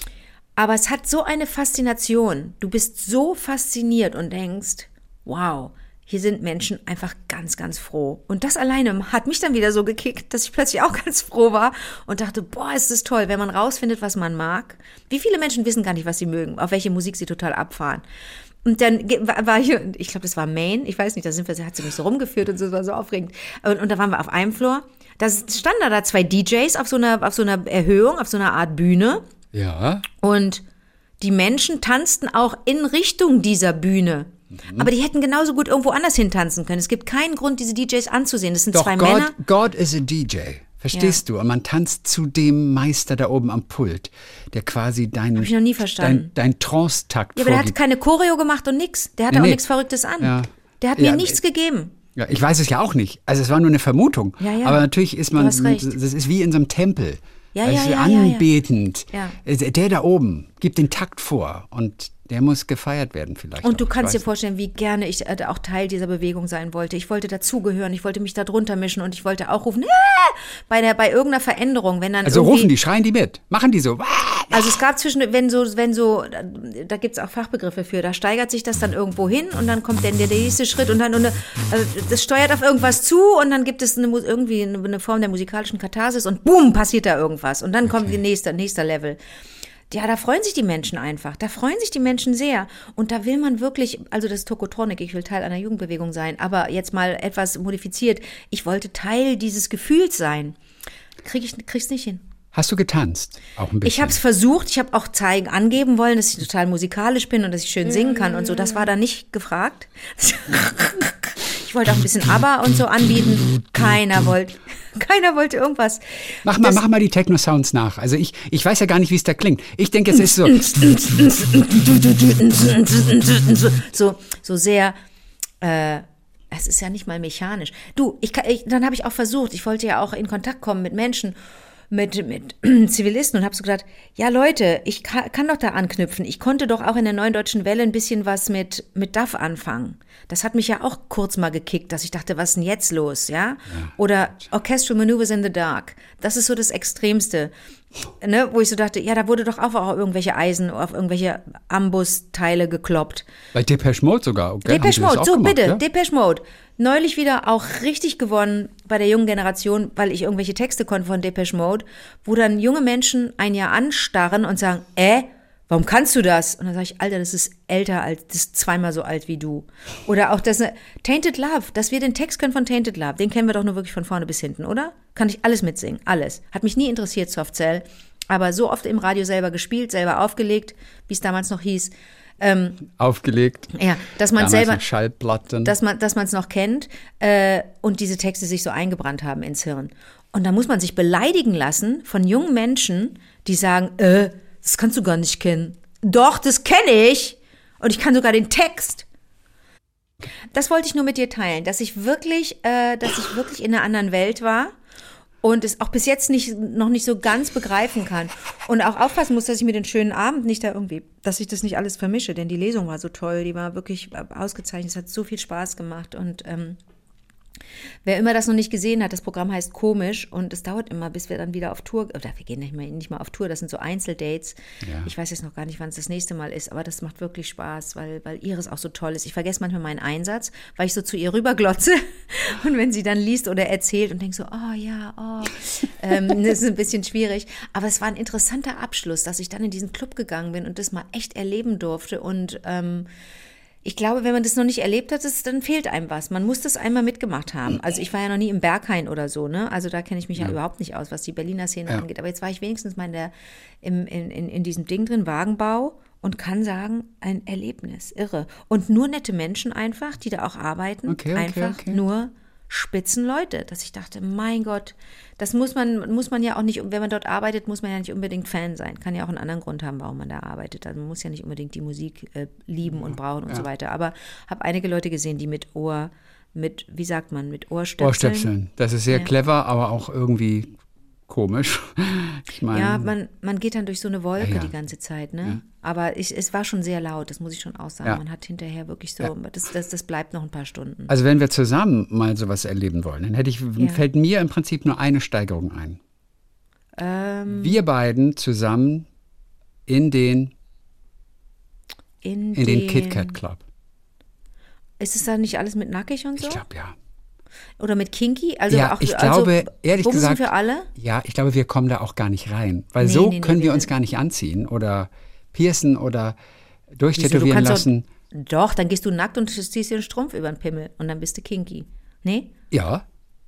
Aber es hat so eine Faszination. Du bist so fasziniert und denkst, wow, hier sind Menschen einfach ganz, ganz froh. Und das alleine hat mich dann wieder so gekickt, dass ich plötzlich auch ganz froh war und dachte, boah, ist das toll, wenn man rausfindet, was man mag. Wie viele Menschen wissen gar nicht, was sie mögen, auf welche Musik sie total abfahren. Und dann war ich, ich glaube, das war Maine, ich weiß nicht, da sind wir, hat sie mich so rumgeführt und so, das war so aufregend. Und, und da waren wir auf einem Floor, da standen da, da zwei D Js auf so einer, auf so einer Erhöhung, auf so einer Art Bühne. Ja. Und die Menschen tanzten auch in Richtung dieser Bühne. Mhm. Aber die hätten genauso gut irgendwo anders hintanzen können. Es gibt keinen Grund, diese D Js anzusehen. Das sind Doch, zwei God, Männer. God is a D J. Verstehst ja. du? Und man tanzt zu dem Meister da oben am Pult, der quasi dein, Hab ich noch nie verstanden. dein, dein Trance-Takt Ja, aber vorgibt. der hat keine Choreo gemacht und nix. Der hatte nee, auch nee. nichts Verrücktes an. Ja. Der hat mir ja, nichts gegeben. Ja, ich weiß es ja auch nicht. Also es war nur eine Vermutung. Ja, ja. Aber natürlich ist man, das ist wie in so einem Tempel. Ja, ja, ja, anbetend. Ja, ja. Der da oben gibt den Takt vor und der muss gefeiert werden vielleicht. Und du auch. kannst dir vorstellen, wie gerne ich auch Teil dieser Bewegung sein wollte. Ich wollte dazugehören, ich wollte mich da drunter mischen und ich wollte auch rufen, äh, bei, der, bei irgendeiner Veränderung. Wenn dann also rufen die, schreien die mit, machen die so. Also es gab zwischen, wenn so, wenn so, da gibt es auch Fachbegriffe für, da steigert sich das dann irgendwo hin und dann kommt dann der nächste Schritt und dann, und, also das steuert auf irgendwas zu und dann gibt es eine, irgendwie eine Form der musikalischen Katharsis und boom, passiert da irgendwas und dann okay. kommt die nächste, nächster Level. Ja, da freuen sich die Menschen einfach. Da freuen sich die Menschen sehr. Und da will man wirklich, also das ist Tokotronic, ich will Teil einer Jugendbewegung sein, aber jetzt mal etwas modifiziert. Ich wollte Teil dieses Gefühls sein. Krieg ich, krieg's nicht hin. Hast du getanzt? Auch ein bisschen? Ich habe es versucht. Ich habe auch zeigen, angeben wollen, dass ich total musikalisch bin und dass ich schön singen kann und so. Das war da nicht gefragt. Ich wollte auch ein bisschen ABBA und so anbieten. Keiner wollte, keiner wollte irgendwas. Mach mal, das, mach mal die Techno-Sounds nach. Also ich, ich weiß ja gar nicht, wie es da klingt. Ich denke, es ist so. so, so sehr, äh, es ist ja nicht mal mechanisch. Du, ich, ich dann habe ich auch versucht, ich wollte ja auch in Kontakt kommen mit Menschen, mit, mit Zivilisten und habe so gedacht, ja Leute, ich kann, kann doch da anknüpfen. Ich konnte doch auch in der Neuen Deutschen Welle ein bisschen was mit, mit Duff anfangen. Das hat mich ja auch kurz mal gekickt, dass ich dachte, was ist denn jetzt los, ja? ja. Oder Orchestral Maneuvers in the Dark. Das ist so das Extremste, ne? Wo ich so dachte, ja, da wurde doch auch auf irgendwelche Eisen, auf irgendwelche Ambusteile gekloppt. Bei Depeche Mode sogar. Okay, Depeche Mode, so gemacht, bitte, ja? Depeche Mode. Neulich wieder auch richtig gewonnen bei der jungen Generation, weil ich irgendwelche Texte konnte von Depeche Mode, wo dann junge Menschen ein Jahr anstarren und sagen, äh, warum kannst du das? Und dann sage ich, Alter, das ist älter als, das ist zweimal so alt wie du. Oder auch das, Tainted Love, dass wir den Text können von Tainted Love, den kennen wir doch nur wirklich von vorne bis hinten, oder? Kann ich alles mitsingen, alles. Hat mich nie interessiert, Soft Cell, aber so oft im Radio selber gespielt, selber aufgelegt, wie es damals noch hieß. Ähm, aufgelegt. Ja, dass man selber, Schallplatten. dass man, dass man es noch kennt äh, und diese Texte sich so eingebrannt haben ins Hirn. Und da muss man sich beleidigen lassen von jungen Menschen, die sagen, äh, das kannst du gar nicht kennen. Doch, das kenne ich. Und ich kann sogar den Text. Das wollte ich nur mit dir teilen, dass ich wirklich, äh, dass ich wirklich in einer anderen Welt war. Und es auch bis jetzt nicht, noch nicht so ganz begreifen kann. Und auch aufpassen muss, dass ich mir den schönen Abend nicht da irgendwie, dass ich das nicht alles vermische. Denn die Lesung war so toll, die war wirklich ausgezeichnet. Es hat so viel Spaß gemacht. Und ähm, wer immer das noch nicht gesehen hat, das Programm heißt Komisch. Und es dauert immer, bis wir dann wieder auf Tour, oder wir gehen nicht mal, nicht mal auf Tour, das sind so Einzeldates. Ja. Ich weiß jetzt noch gar nicht, wann es das nächste Mal ist, aber das macht wirklich Spaß, weil, weil Iris auch so toll ist. Ich vergesse manchmal meinen Einsatz, weil ich so zu ihr rüberglotze. Und wenn sie dann liest oder erzählt und denkt so, oh ja, oh, ähm, das ist ein bisschen schwierig. Aber es war ein interessanter Abschluss, dass ich dann in diesen Club gegangen bin und das mal echt erleben durfte. Und ähm, ich glaube, wenn man das noch nicht erlebt hat, das, dann fehlt einem was. Man muss das einmal mitgemacht haben. Also ich war ja noch nie im Berghain oder so, ne? Also da kenne ich mich ja. ja überhaupt nicht aus, was die Berliner Szene ja. angeht. Aber jetzt war ich wenigstens mal in, der, im, in, in, in diesem Ding drin, Wagenbau, und kann sagen, ein Erlebnis, irre. Und nur nette Menschen einfach, die da auch arbeiten, okay, okay, einfach okay. nur Spitzenleute, dass ich dachte, mein Gott, das muss man, muss man ja auch nicht, wenn man dort arbeitet, muss man ja nicht unbedingt Fan sein. Kann ja auch einen anderen Grund haben, warum man da arbeitet. Also man muss ja nicht unbedingt die Musik äh, lieben und brauchen und ja. so weiter. Aber habe einige Leute gesehen, die mit Ohr, mit, wie sagt man, mit Ohrstöpseln. Ohrstöpseln. Das ist sehr ja. clever, aber auch irgendwie komisch. Ich mein, ja, man, man geht dann durch so eine Wolke ja, ja. die ganze Zeit, ne? Ja. Aber ich, es war schon sehr laut, das muss ich schon auch sagen. Ja. Man hat hinterher wirklich so, Ja. das, das, das bleibt noch ein paar Stunden. Also wenn wir zusammen mal sowas erleben wollen, dann hätte ich, Ja. fällt mir im Prinzip nur eine Steigerung ein. Ähm, Wir beiden zusammen in den, in, in den, den Kit Kat Club. Ist es da nicht alles mit nackig und so? Ich glaube, ja. Oder mit Kinky? Also ja, auch, ich also glaube, ehrlich Bumsen gesagt, für alle? ja, ich glaube, wir kommen da auch gar nicht rein. Weil Nee, so nee, nee, können wir wir uns sind- gar nicht anziehen oder piercen oder Wieso, du durchtätowieren kannst lassen. Doch, doch, dann gehst du nackt und ziehst dir einen Strumpf über den Pimmel und dann bist du kinky. Nee? Ja.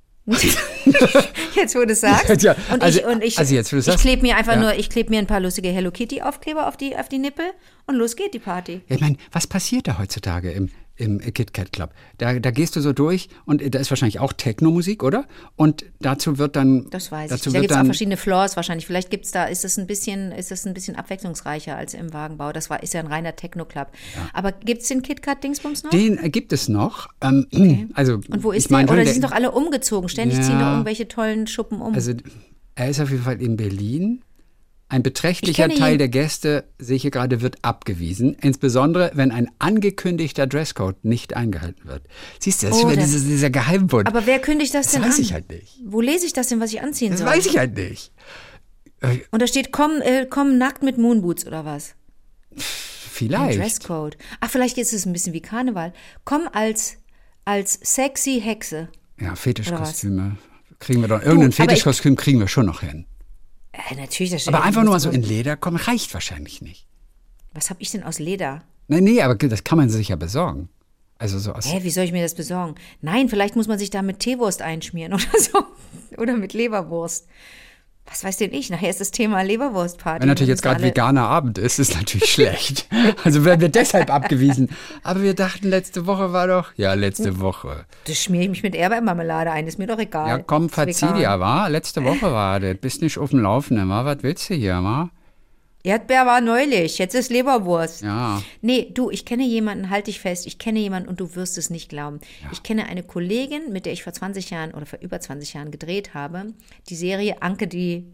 Jetzt, wo du es sagst. Ja, und also- ich, und ich, also jetzt, wo du ich sagst, klebe mir einfach ja. nur, ich klebe mir ein paar lustige Hello Kitty Aufkleber auf die, auf die Nippel und los geht die Party. Ich meine, was passiert da heutzutage im, im Kit Kat Club? Da, da gehst du so durch und da ist wahrscheinlich auch Techno-Musik, oder? Und dazu wird dann. Das weiß dazu ich. Da wird gibt es auch dann, verschiedene Floors wahrscheinlich. Vielleicht gibt's da, ist es ein bisschen, ist es ein bisschen abwechslungsreicher als im Wagenbau. Das war, ist ja ein reiner Techno-Club. Ja. Aber gibt es den Kit Kat Dingsbums noch? Den äh, gibt es noch. Ähm, Okay. also, Und wo ist ich mein der? Oder schon, die sind doch alle umgezogen. Ständig Ja. ziehen doch irgendwelche tollen Schuppen um. Also, er ist auf jeden Fall in Berlin. Ein beträchtlicher Ich kenne Teil ihn. der Gäste, sehe ich hier gerade, wird abgewiesen. Insbesondere, wenn ein angekündigter Dresscode nicht eingehalten wird. Siehst du, das Oh, ist wieder das- dieser, dieser Geheimbund. Aber wer kündigt das, das denn weiß an? ich halt nicht. Wo lese ich das denn, was ich anziehen Das soll? weiß ich halt nicht. Und da steht, komm, äh, komm nackt mit Moonboots oder was? Ein Vielleicht. Dresscode. Ach, vielleicht ist es ein bisschen wie Karneval. Komm als, als sexy Hexe. Ja, Fetischkostüme. Kriegen wir doch. Irgendein aber ich- Fetischkostüm kriegen wir schon noch hin. Äh, natürlich, das steht Aber ja- einfach nur mal so in Leder kommen, reicht wahrscheinlich nicht. Was habe ich denn aus Leder? Nein, nee, aber das kann man sich ja besorgen. Also so aus. Hä, wie soll ich mir das besorgen? Nein, vielleicht muss man sich da mit Teewurst einschmieren oder so. Oder mit Leberwurst. Was weiß denn ich? Nachher ist das Thema Leberwurstparty. Wenn natürlich Dann jetzt gerade müssen alle- veganer Abend ist, ist natürlich schlecht. Also werden wir deshalb abgewiesen. Aber wir dachten, letzte Woche war doch. Ja, letzte Woche. Das schmiere ich mich mit Erdbeermarmelade ein, ist mir doch egal. Ja, komm, Ist verzieh vegan. dir, wa? Letzte Woche war das. Bist nicht auf dem Laufenden, wa? Was willst du hier, wa? Erdbeer war neulich, jetzt ist Leberwurst. Ja. Nee, du, ich kenne jemanden, halt dich fest, ich kenne jemanden und du wirst es nicht glauben. Ich kenne eine Kollegin, mit der ich vor zwanzig Jahren oder vor über zwanzig Jahren gedreht habe, die Serie Anke die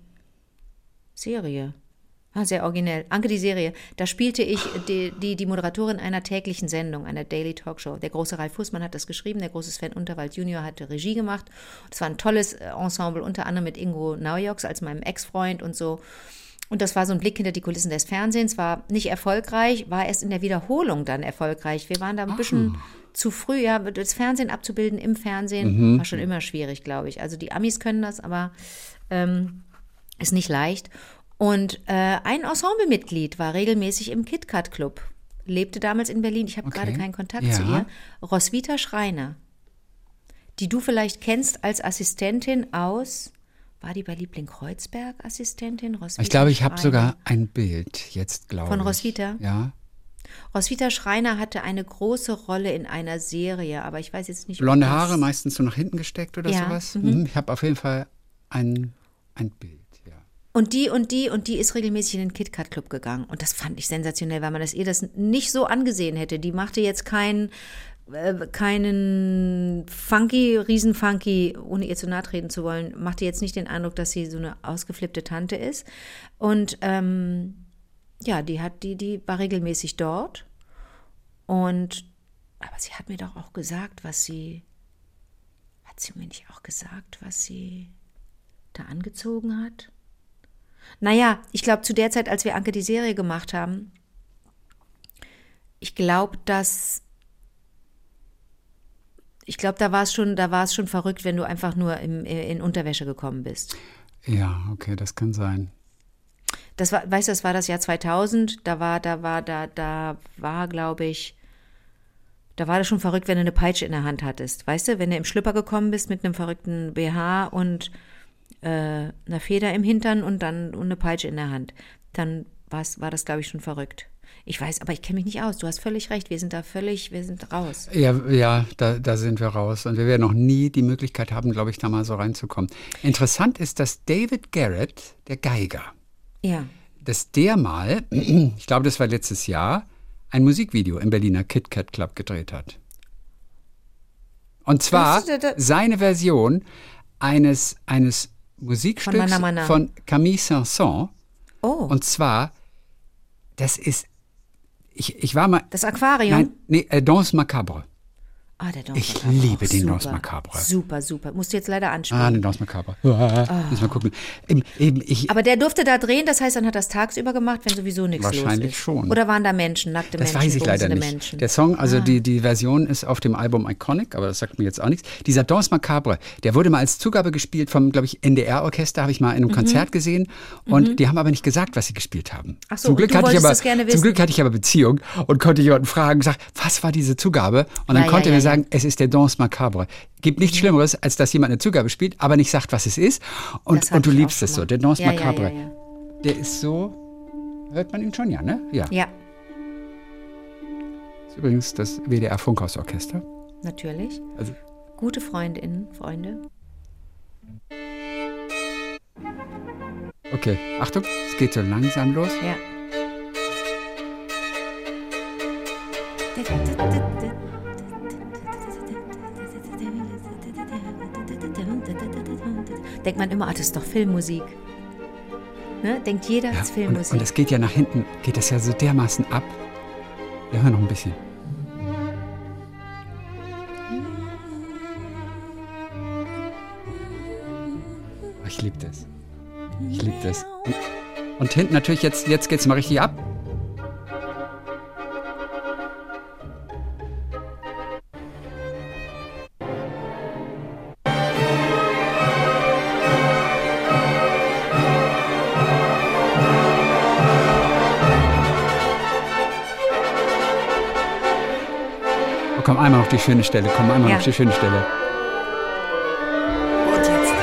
Serie. Ah, sehr originell. Anke die Serie. Da spielte ich die, die, die Moderatorin einer täglichen Sendung, einer Daily Talkshow. Der große Ralf Fußmann hat das geschrieben, der große Sven Unterwald Junior hatte Regie gemacht. Es war ein tolles Ensemble, unter anderem mit Ingo Naujoks als meinem Ex-Freund und so. Und das war so ein Blick hinter die Kulissen des Fernsehens, war nicht erfolgreich, war erst in der Wiederholung dann erfolgreich. Wir waren da ein bisschen zu früh, ja, das Fernsehen abzubilden im Fernsehen, war schon immer schwierig, glaube ich. Also die Amis können das, aber ähm, ist nicht leicht. Und äh, ein Ensemblemitglied war regelmäßig im KitKat Club, lebte damals in Berlin. Ich habe Okay. gerade keinen Kontakt Ja. zu ihr. Roswitha Schreiner, die du vielleicht kennst als Assistentin aus, war die bei Liebling Kreuzberg Assistentin? Roswitha Ich glaube, ich habe Schreiner. sogar ein Bild jetzt, glaube ich. Von Roswitha? Ja. Roswitha Schreiner hatte eine große Rolle in einer Serie, aber ich weiß jetzt nicht. ob Blonde das- Haare, meistens so nach hinten gesteckt oder Ja, sowas. mhm. Mhm. Ich habe auf jeden Fall ein, ein Bild, ja. Und die und die und die ist regelmäßig in den KitKat Club gegangen. Und das fand ich sensationell, weil man das ihr das nicht so angesehen hätte. Die machte jetzt keinen äh, keinen funky, riesenfunky, ohne ihr zu nahe treten zu wollen, machte jetzt nicht den Eindruck, dass sie so eine ausgeflippte Tante ist. Und ähm, ja, die hat die die war regelmäßig dort. Und aber sie hat mir doch auch gesagt, was sie hat sie mir nicht auch gesagt, was sie da angezogen hat? Naja, ich glaube, zu der Zeit, als wir Anke die Serie gemacht haben, ich glaube, dass, ich glaube, da war es schon, da war es schon verrückt, wenn du einfach nur im, in Unterwäsche gekommen bist. Ja, okay, das kann sein. Das war, weißt du, das war das Jahr zweitausend, da war, da war, da, da war, glaube ich, da war das schon verrückt, wenn du eine Peitsche in der Hand hattest. Weißt du, wenn du im Schlüpper gekommen bist mit einem verrückten B H und äh, einer Feder im Hintern und dann und eine Peitsche in der Hand, dann war's, war das, glaube ich, schon verrückt. Ich weiß, aber ich kenne mich nicht aus. Du hast völlig recht. Wir sind da völlig, wir sind raus. Ja, ja, da, da sind wir raus. Und wir werden noch nie die Möglichkeit haben, glaube ich, da mal so reinzukommen. Interessant ist, dass David Garrett, der Geiger, Ja. dass der mal, ich glaube, das war letztes Jahr, ein Musikvideo im Berliner KitKat Club gedreht hat. Und zwar Das ist- das- seine Version eines, eines Musikstücks Von Mana Mana. von Camille Saint-Saëns. Oh, Und zwar, das ist, ich, ich war mal, das Aquarium. nein, nee, äh, Danse Macabre. Ah, der Danse Ich Macabre. liebe Auch den super. Danse Macabre. Super, super. Musst du jetzt leider Ah, anspielen. eine Danse Macabre. Ah, Müssen wir gucken. Eben, eben, ich, Aber der durfte da drehen, das heißt, dann hat er das tagsüber gemacht, wenn sowieso nichts los ist. Wahrscheinlich schon. Oder waren da Menschen, nackte Das Menschen, weiß ich leider bumsende nicht. Menschen? Der Song, also Ah. die, die Version ist auf dem Album Iconic, aber das sagt mir jetzt auch nichts. Dieser Danse Macabre, der wurde mal als Zugabe gespielt vom, glaube ich, N D R-Orchester, habe ich mal in einem Mhm. Konzert gesehen. Und die haben aber nicht gesagt, was sie gespielt haben. Ach so, zum und Glück du hatte ich wolltest aber, das gerne Zum wissen. Glück hatte ich aber Beziehung und konnte jemanden fragen, gesagt, was war diese Zugabe? Und dann Ja, konnte ja, er ja, mir ja. sagen, es ist der Danse Macabre. Gibt nichts Schlimmeres, als dass jemand eine Zugabe spielt, aber nicht sagt, was es ist. Und, Das hatte und du ich auch liebst schon es so. mal. Der Danse Ja, ja, Macabre, ja, ja. der ist so, hört man ihn schon, ja, ne? Ja. Ja, Das ist übrigens das W D R Funkhausorchester. natürlich. Also, Gute Freundinnen, Freunde. okay, Achtung, es geht so langsam los. Ja. Denkt man immer, ah, das ist doch Filmmusik. Ne? Denkt jeder, das ist und, Filmmusik. und es geht ja nach hinten, geht das ja so dermaßen ab. Wir hören noch ein bisschen. Oh, ich liebe das. Ich liebe das. Und, und hinten natürlich, jetzt, jetzt geht es mal richtig ab. Oh, komm einmal auf die schöne Stelle, komm einmal Ja. auf die schöne Stelle. Und jetzt.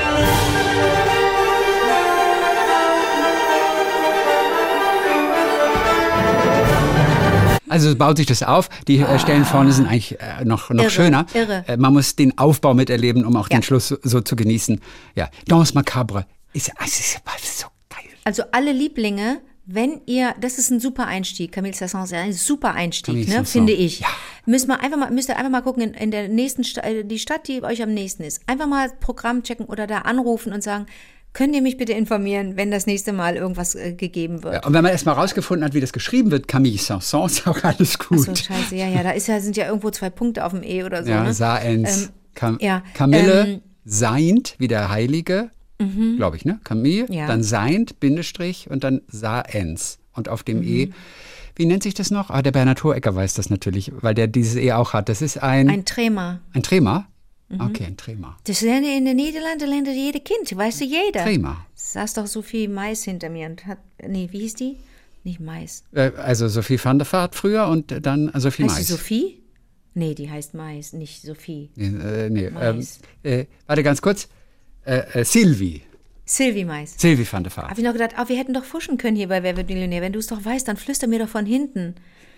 Also baut sich das auf. Die äh, Stellen vorne sind eigentlich äh, noch, noch Irre, schöner. irre. Äh, man muss den Aufbau miterleben, um auch Ja. den Schluss so, so zu genießen. Ja, Danse Macabre ist, es ist so geil. Also alle Lieblinge, wenn ihr, das ist ein super Einstieg, Camille Saint-Saëns ist ein super Einstieg, Camille ne, Saint-Saëns, finde ich. ja. Müsst, mal einfach mal, müsst ihr einfach mal gucken, in, in der nächsten Stadt, die Stadt, die euch am nächsten ist. Einfach mal Programm checken oder da anrufen und sagen, könnt ihr mich bitte informieren, wenn das nächste Mal irgendwas äh, gegeben wird. Ja, und wenn man erstmal rausgefunden hat, wie das geschrieben wird, Camille Saint-Saëns, ist auch alles gut. Ach so, scheiße, ja, ja, da ist ja, sind ja irgendwo zwei Punkte auf dem E oder so. Ja, ne? Saens. Ähm, Cam ja, Camille ähm, Saint, wie der Heilige, glaube ich, ne? Camille, Ja. dann Saint, Bindestrich und dann Saens. Und auf dem E, wie nennt sich das noch? Ah, der Bernhard Hohecker weiß das natürlich, weil der dieses E auch hat. Das ist ein, Ein Trema. ein Trema. Mhm. Okay, ein Trema. Das lernt in den Niederlanden, lernt jede Kind, weißt du, jeder. Trema. Saß doch Sophie Mais hinter mir und hat, nee, wie hieß die? Nicht Mais. Äh, also Sophie van der Vaart früher und dann Sophie heißt Mais. Heißt die Sophie? Nee, die heißt Mais, nicht Sophie. Nee, äh, nee Mais. Ähm, äh, warte ganz kurz. Äh, äh, Sylvie. Sylvie Mais. Sylvie van der Vaart. Habe ich noch gedacht, oh, wir hätten doch fuschen können hier bei Wer wird Millionär. Wenn du es doch weißt, dann flüster mir doch von hinten.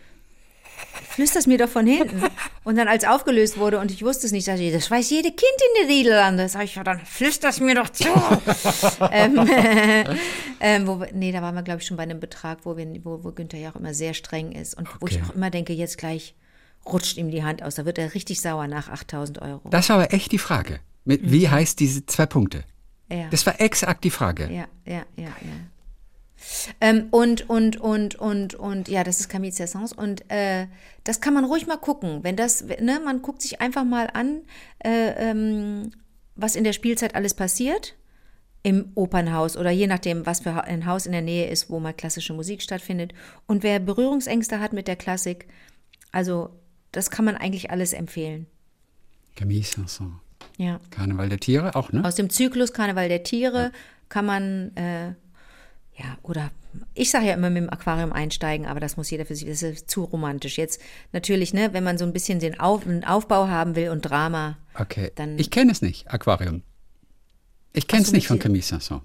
Flüster es mir doch von hinten. Und dann, als aufgelöst wurde und ich wusste es nicht, sagte ich, das weiß jede Kind in den Niederlanden. Sag ich, ja, dann flüster es mir doch zu. ähm, ähm, wo wir, nee, da waren wir, glaube ich, schon bei einem Betrag, wo, wir, wo, wo Günther ja auch immer sehr streng ist. Und okay. wo ich auch immer denke, jetzt gleich rutscht ihm die Hand aus. Da wird er richtig sauer nach achttausend Euro. Das war aber echt die Frage. Mit, mhm. Wie heißt diese zwei Punkte? Ja. Das war exakt die Frage. Ja, ja, ja, ja. Ähm, und, und, und, und, und, ja, das ist Camille Saint-Saëns. Und äh, das kann man ruhig mal gucken. Wenn das, ne, man guckt sich einfach mal an, äh, ähm, was in der Spielzeit alles passiert. Im Opernhaus oder je nachdem, was für ein Haus in der Nähe ist, wo mal klassische Musik stattfindet. Und wer Berührungsängste hat mit der Klassik, also das kann man eigentlich alles empfehlen. Camille Saint-Saëns. Ja. Karneval der Tiere auch, ne? Aus dem Zyklus Karneval der Tiere ja. kann man, äh, ja, oder ich sage ja immer mit dem Aquarium einsteigen, aber das muss jeder für sich, das ist zu romantisch. Jetzt natürlich, ne, wenn man so ein bisschen den Auf, einen Aufbau haben will und Drama. Okay, dann ich kenne es nicht, Aquarium. Ich kenne es nicht von Camille Saint-Saëns.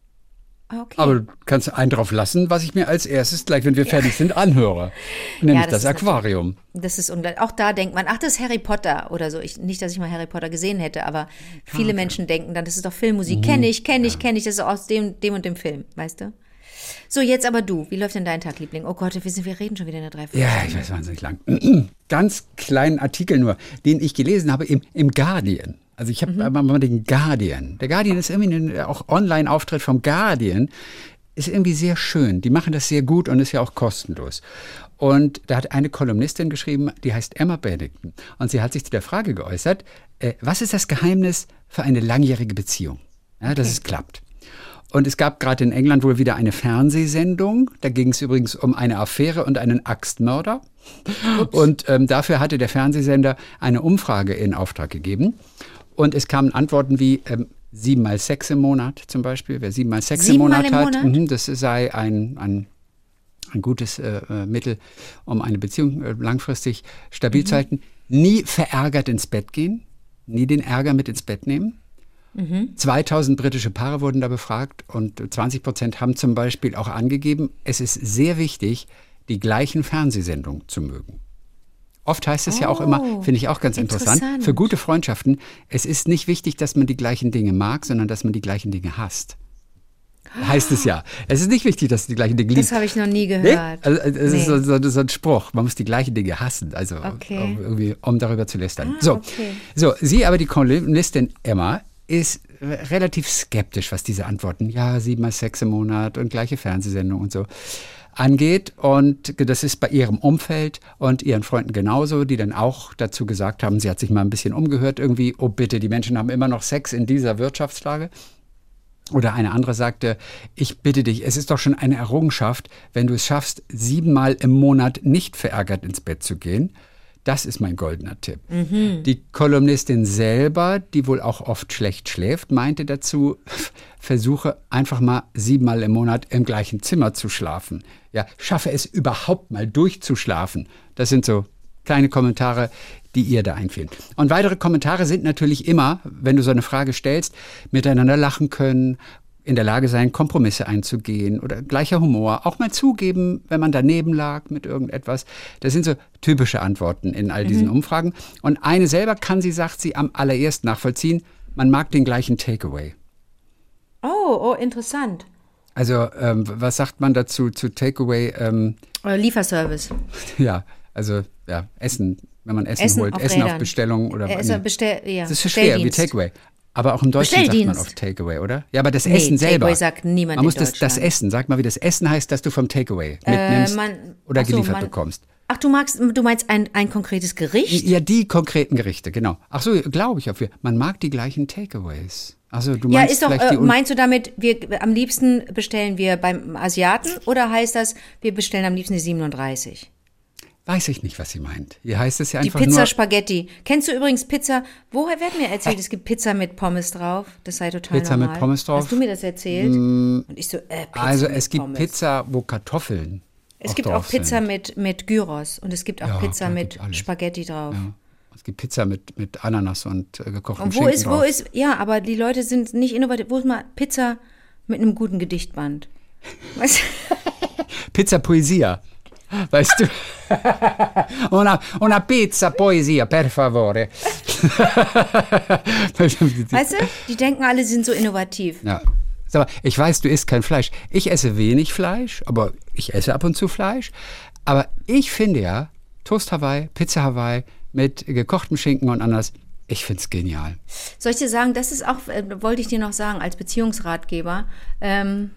Okay. Aber du kannst einen drauf lassen, was ich mir als erstes, gleich wenn wir ja. fertig sind, anhöre. Nämlich ja, das, das Aquarium. Das ist unglaublich. Auch da denkt man, ach, das ist Harry Potter oder so. Ich, nicht, dass ich mal Harry Potter gesehen hätte, aber viele okay. Menschen denken dann, das ist doch Filmmusik. Mhm. Kenne ich, kenne ich, ja. kenne ich. Das ist aus dem, dem und dem Film, weißt du? So, jetzt aber du. Wie läuft denn dein Tag, Liebling? Oh Gott, wir, sind, wir reden schon wieder in der Dreiviertel. Ja, ich weiß, wahnsinnig lang. Ganz kleinen Artikel nur, den ich gelesen habe im, im Guardian. Also ich habe mhm. mal den Guardian. Der Guardian ist irgendwie ein auch Online-Auftritt vom Guardian. Ist irgendwie sehr schön. Die machen das sehr gut und ist ja auch kostenlos. Und da hat eine Kolumnistin geschrieben, die heißt Emma Beddington. Und sie hat sich zu der Frage geäußert, äh, was ist das Geheimnis für eine langjährige Beziehung? Ja, dass okay. es klappt. Und es gab gerade in England wohl wieder eine Fernsehsendung. Da ging es übrigens um eine Affäre und einen Axtmörder. Ups. Und ähm, dafür hatte der Fernsehsender eine Umfrage in Auftrag gegeben. Und es kamen Antworten wie ähm, siebenmal Sex im Monat zum Beispiel. Wer siebenmal Sex siebenmal im Monat im hat, Monat? mh, das sei ein, ein, ein gutes äh, Mittel, um eine Beziehung äh, langfristig stabil mhm. zu halten. Nie verärgert ins Bett gehen, nie den Ärger mit ins Bett nehmen. Mhm. zweitausend britische Paare wurden da befragt und zwanzig Prozent haben zum Beispiel auch angegeben, es ist sehr wichtig, die gleichen Fernsehsendungen zu mögen. Oft heißt es oh, ja auch immer, finde ich auch ganz interessant, interessant, für gute Freundschaften, es ist nicht wichtig, dass man die gleichen Dinge mag, sondern dass man die gleichen Dinge hasst. Heißt es ja. Es ist nicht wichtig, dass du die gleichen Dinge liebst. Das habe ich noch nie gehört. Nee? Also, es nee. ist so, so, so ein Spruch, man muss die gleichen Dinge hassen, also okay. um, irgendwie, um darüber zu lästern. Ah, so. Okay. so, sie aber, die Kolumnistin Emma, ist relativ skeptisch, was diese Antworten, ja, siebenmal Sex im Monat und gleiche Fernsehsendung und so, angeht. Und das ist bei ihrem Umfeld und ihren Freunden genauso, die dann auch dazu gesagt haben, sie hat sich mal ein bisschen umgehört irgendwie, oh bitte, die Menschen haben immer noch Sex in dieser Wirtschaftslage. Oder eine andere sagte, ich bitte dich, es ist doch schon eine Errungenschaft, wenn du es schaffst, siebenmal im Monat nicht verärgert ins Bett zu gehen. Das ist mein goldener Tipp. Mhm. Die Kolumnistin selber, die wohl auch oft schlecht schläft, meinte dazu, versuche einfach mal siebenmal im Monat im gleichen Zimmer zu schlafen. Ja, schaffe es überhaupt mal durchzuschlafen. Das sind so kleine Kommentare, die ihr da einfielen. Und weitere Kommentare sind natürlich immer, wenn du so eine Frage stellst, miteinander lachen können, in der Lage sein, Kompromisse einzugehen oder gleicher Humor, auch mal zugeben, wenn man daneben lag mit irgendetwas. Das sind so typische Antworten in all diesen mhm. Umfragen. Und eine selber kann sie, sagt sie, am allerersten nachvollziehen, man mag den gleichen Takeaway. Oh, oh, interessant. Also, ähm, was sagt man dazu zu Takeaway? Ähm, oder Lieferservice. Ja, also, ja, Essen, wenn man Essen, Essen holt, auf Essen Rädern. auf Bestellung oder Essen nee. bestell, ja. Das ist so schwer wie Takeaway. Aber auch im Deutschen sagt man oft Takeaway, oder? Ja, aber das nee, Essen selber. Takeaway sagt niemand Man muss in das, das Essen, sag mal, wie das Essen heißt, das du vom Takeaway mitnimmst äh, man, oder so, geliefert man, bekommst. Ach, du magst, du meinst ein, ein konkretes Gericht? Ja, die konkreten Gerichte, genau. Ach so, glaube ich auch. Man mag die gleichen Takeaways. Also du ja, meinst ist doch, vielleicht äh, die meinst du damit, wir am liebsten bestellen wir beim Asiaten oder heißt das, wir bestellen am liebsten die siebenunddreißig? Weiß ich nicht, was sie meint. Hier heißt es ja Die einfach Pizza nur... Spaghetti. Kennst du übrigens Pizza? Woher wird mir erzählt, es gibt Pizza mit Pommes drauf? Das sei total Pizza normal. mit Pommes drauf? Hast du mir das erzählt? Mm, und ich so, äh, Pizza Also mit es gibt Pommes. Pizza, wo Kartoffeln Es auch gibt drauf auch Pizza sind. mit, mit Gyros und es gibt auch Ja, Pizza klar, mit gibt alles. Spaghetti drauf. Ja. Es gibt Pizza mit, mit Ananas und äh, gekochtem Und wo Schinken ist, wo drauf. ist, ja, aber die Leute sind nicht innovativ. Wo ist mal Pizza mit einem guten Gedichtband? Weißt du? Pizza Poesia. Weißt du? una, una pizza poesia, per favore. Weißt du? Die denken alle, sie sind so innovativ. Ja. Sag mal, ich weiß, du isst kein Fleisch. Ich esse wenig Fleisch, aber ich esse ab und zu Fleisch. Aber ich finde ja, Toast Hawaii, Pizza Hawaii mit gekochtem Schinken und Ananas, ich finde es genial. Soll ich dir sagen, das ist auch, äh, wollte ich dir noch sagen, als Beziehungsratgeber, ähm,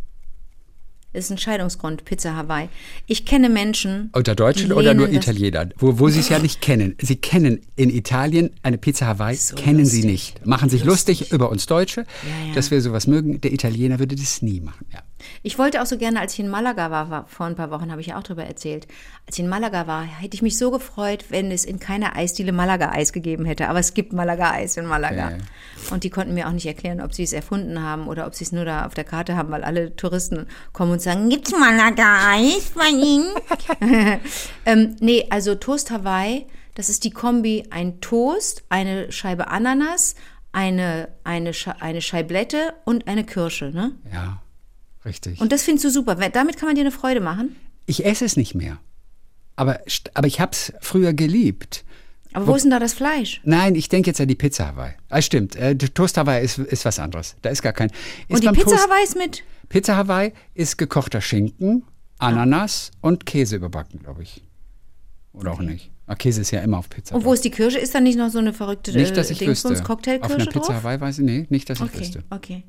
ist ein Scheidungsgrund, Pizza Hawaii. Ich kenne Menschen. Unter Deutschen die oder nur lehnen das- Italiener? Wo, wo sie es ja nicht kennen. Sie kennen in Italien eine Pizza Hawaii, So kennen sie lustig. nicht. Machen sich lustig, Lustig. über uns Deutsche, Ja, ja. dass wir sowas mögen. Der Italiener würde das nie machen. Ja. Ich wollte auch so gerne, als ich in Malaga war, war vor ein paar Wochen, habe ich ja auch darüber erzählt, als ich in Malaga war, hätte ich mich so gefreut, wenn es in keiner Eisdiele Malaga-Eis gegeben hätte. Aber es gibt Malaga-Eis in Malaga. Ja, ja. Und die konnten mir auch nicht erklären, ob sie es erfunden haben oder ob sie es nur da auf der Karte haben, weil alle Touristen kommen und sagen, gibt's Malaga-Eis bei Ihnen? ähm, nee, also Toast Hawaii, das ist die Kombi, ein Toast, eine Scheibe Ananas, eine, eine, Sche- eine Scheiblette und eine Kirsche, ne? ja, richtig. Und das findest du super. Damit kann man dir eine Freude machen. Ich esse es nicht mehr. Aber, st- aber ich habe es früher geliebt. Aber wo ist denn da das Fleisch? Nein, ich denke jetzt an die Pizza Hawaii. Ah, stimmt. Äh, die Toast Hawaii ist, ist was anderes. Da ist gar kein. Ist Und die beim Pizza Toast- Hawaii ist mit? Pizza Hawaii ist gekochter Schinken, Ananas und Käse überbacken, glaube ich. Oder auch nicht. Aber Käse ist ja immer auf Pizza. Und wo drauf. ist die Kirsche? Ist da nicht noch so eine verrückte Nicht, dass ich Dingsbums, wüsste. Cocktailkirsche Auf einer Pizza drauf? Hawaii weiß ich, nee, nicht, dass ich Okay, wüsste. okay.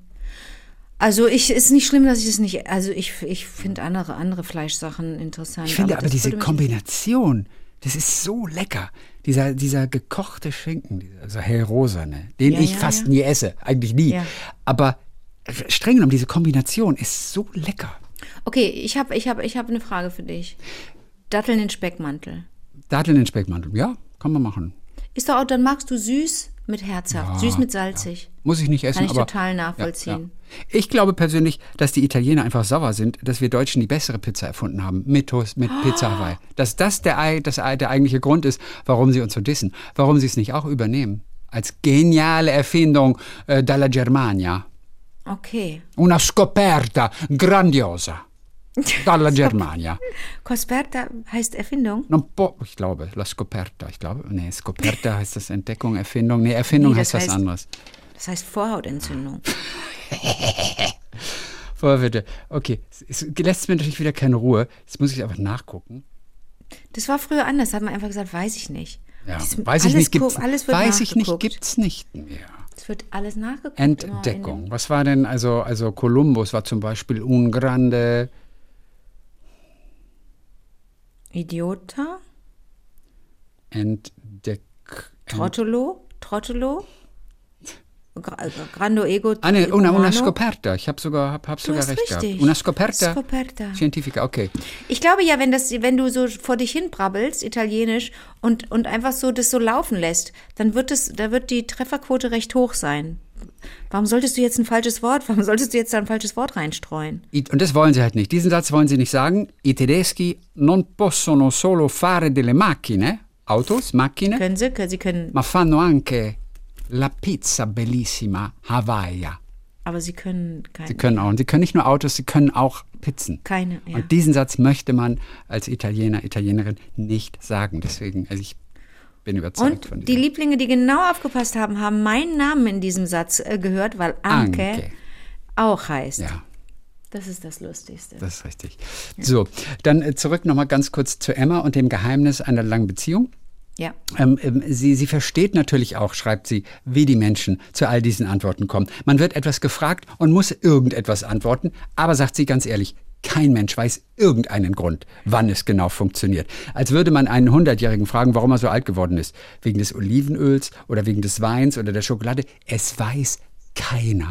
Also ich ist nicht schlimm, dass ich das nicht. Also ich, ich finde andere andere Fleischsachen interessant. Ich finde aber das diese würde mich- Kombination, das ist so lecker. Dieser, dieser gekochte Schinken, dieser so hellrosane, den Ja, ich ja, fast ja. nie esse, eigentlich nie. Ja. Aber streng genommen, diese Kombination ist so lecker. Okay, ich habe ich hab, ich hab eine Frage für dich. Datteln in Speckmantel. Datteln in Speckmantel, ja, kann man machen. Ist doch auch, dann magst du süß mit herzhaft, Ja, süß mit salzig. Muss ich nicht essen, Kann ich aber total nachvollziehen. Ja, ja. Ich glaube persönlich, dass die Italiener einfach sauer sind, dass wir Deutschen die bessere Pizza erfunden haben mit Toast, mit Pizza Hawaii. Dass das der, ei- das ei- der eigentliche Grund ist, warum sie uns so dissen, warum sie es nicht auch übernehmen. Als geniale Erfindung äh, dalla Germania. Okay. Una scoperta grandiosa dalla Germania. Cosperta heißt Erfindung? Non po- ich glaube, la scoperta, ich glaube, nee, scoperta heißt das Entdeckung, Erfindung, nee, Erfindung Nee, heißt das was heißt- anderes. Das heißt Vorhautentzündung. Vorher bitte. Okay, es es lässt mir natürlich wieder keine Ruhe. Jetzt muss ich einfach nachgucken. Das war früher anders, da hat man einfach gesagt, weiß ich nicht. Ja, Das- weiß ich alles nicht, gibt's, gu- alles wird weiß ich nicht, nachgeguckt. gibt's nicht mehr. Es wird alles nachgeguckt. immer in Entdeckung. dem- Was war denn, also, also Kolumbus war zum Beispiel un grande Idiota? Entdeck... Trottolo? Trottolo? Gra- äh, Grando Ego. Ah, ne, una, una Umano? scoperta. Ich habe sogar, hab, hab Du sogar hast recht richtig. gehabt. Una scoperta. Scoperta. Scientifica, okay. Ich glaube ja, wenn, das, wenn du so vor dich hin brabbelst, italienisch, und, und einfach so das so laufen lässt, dann wird es, da wird die Trefferquote recht hoch sein. Warum solltest du jetzt ein falsches Wort, warum solltest du jetzt da ein falsches Wort reinstreuen? I- Und das wollen sie halt nicht. Diesen Satz wollen sie nicht sagen. I tedeschi non possono solo fare delle macchine, Autos, Macchine, Können sie? Können, sie können, ma fanno anche la pizza bellissima Hawaii. aber sie können keine. Sie können auch. Und sie können nicht nur Autos, sie können auch Pizzen. Keine, ja. Und diesen Satz möchte man als Italiener, Italienerin nicht sagen. Deswegen, also ich bin überzeugt von Und die diesem. Lieblinge, die genau aufgepasst haben, haben meinen Namen in diesem Satz äh, gehört, weil Anke, Anke. auch heißt. Ja, Das ist das Lustigste. das ist richtig. So, dann äh, zurück nochmal ganz kurz zu Emma und dem Geheimnis einer langen Beziehung. Ja. Ähm, ähm, sie, sie versteht natürlich auch, schreibt sie, wie die Menschen zu all diesen Antworten kommen. Man wird etwas gefragt und muss irgendetwas antworten, aber sagt sie ganz ehrlich, kein Mensch weiß irgendeinen Grund, wann es genau funktioniert. Als würde man einen hundertjährigen fragen, warum er so alt geworden ist. Wegen des Olivenöls oder wegen des Weins oder der Schokolade. Es weiß keiner.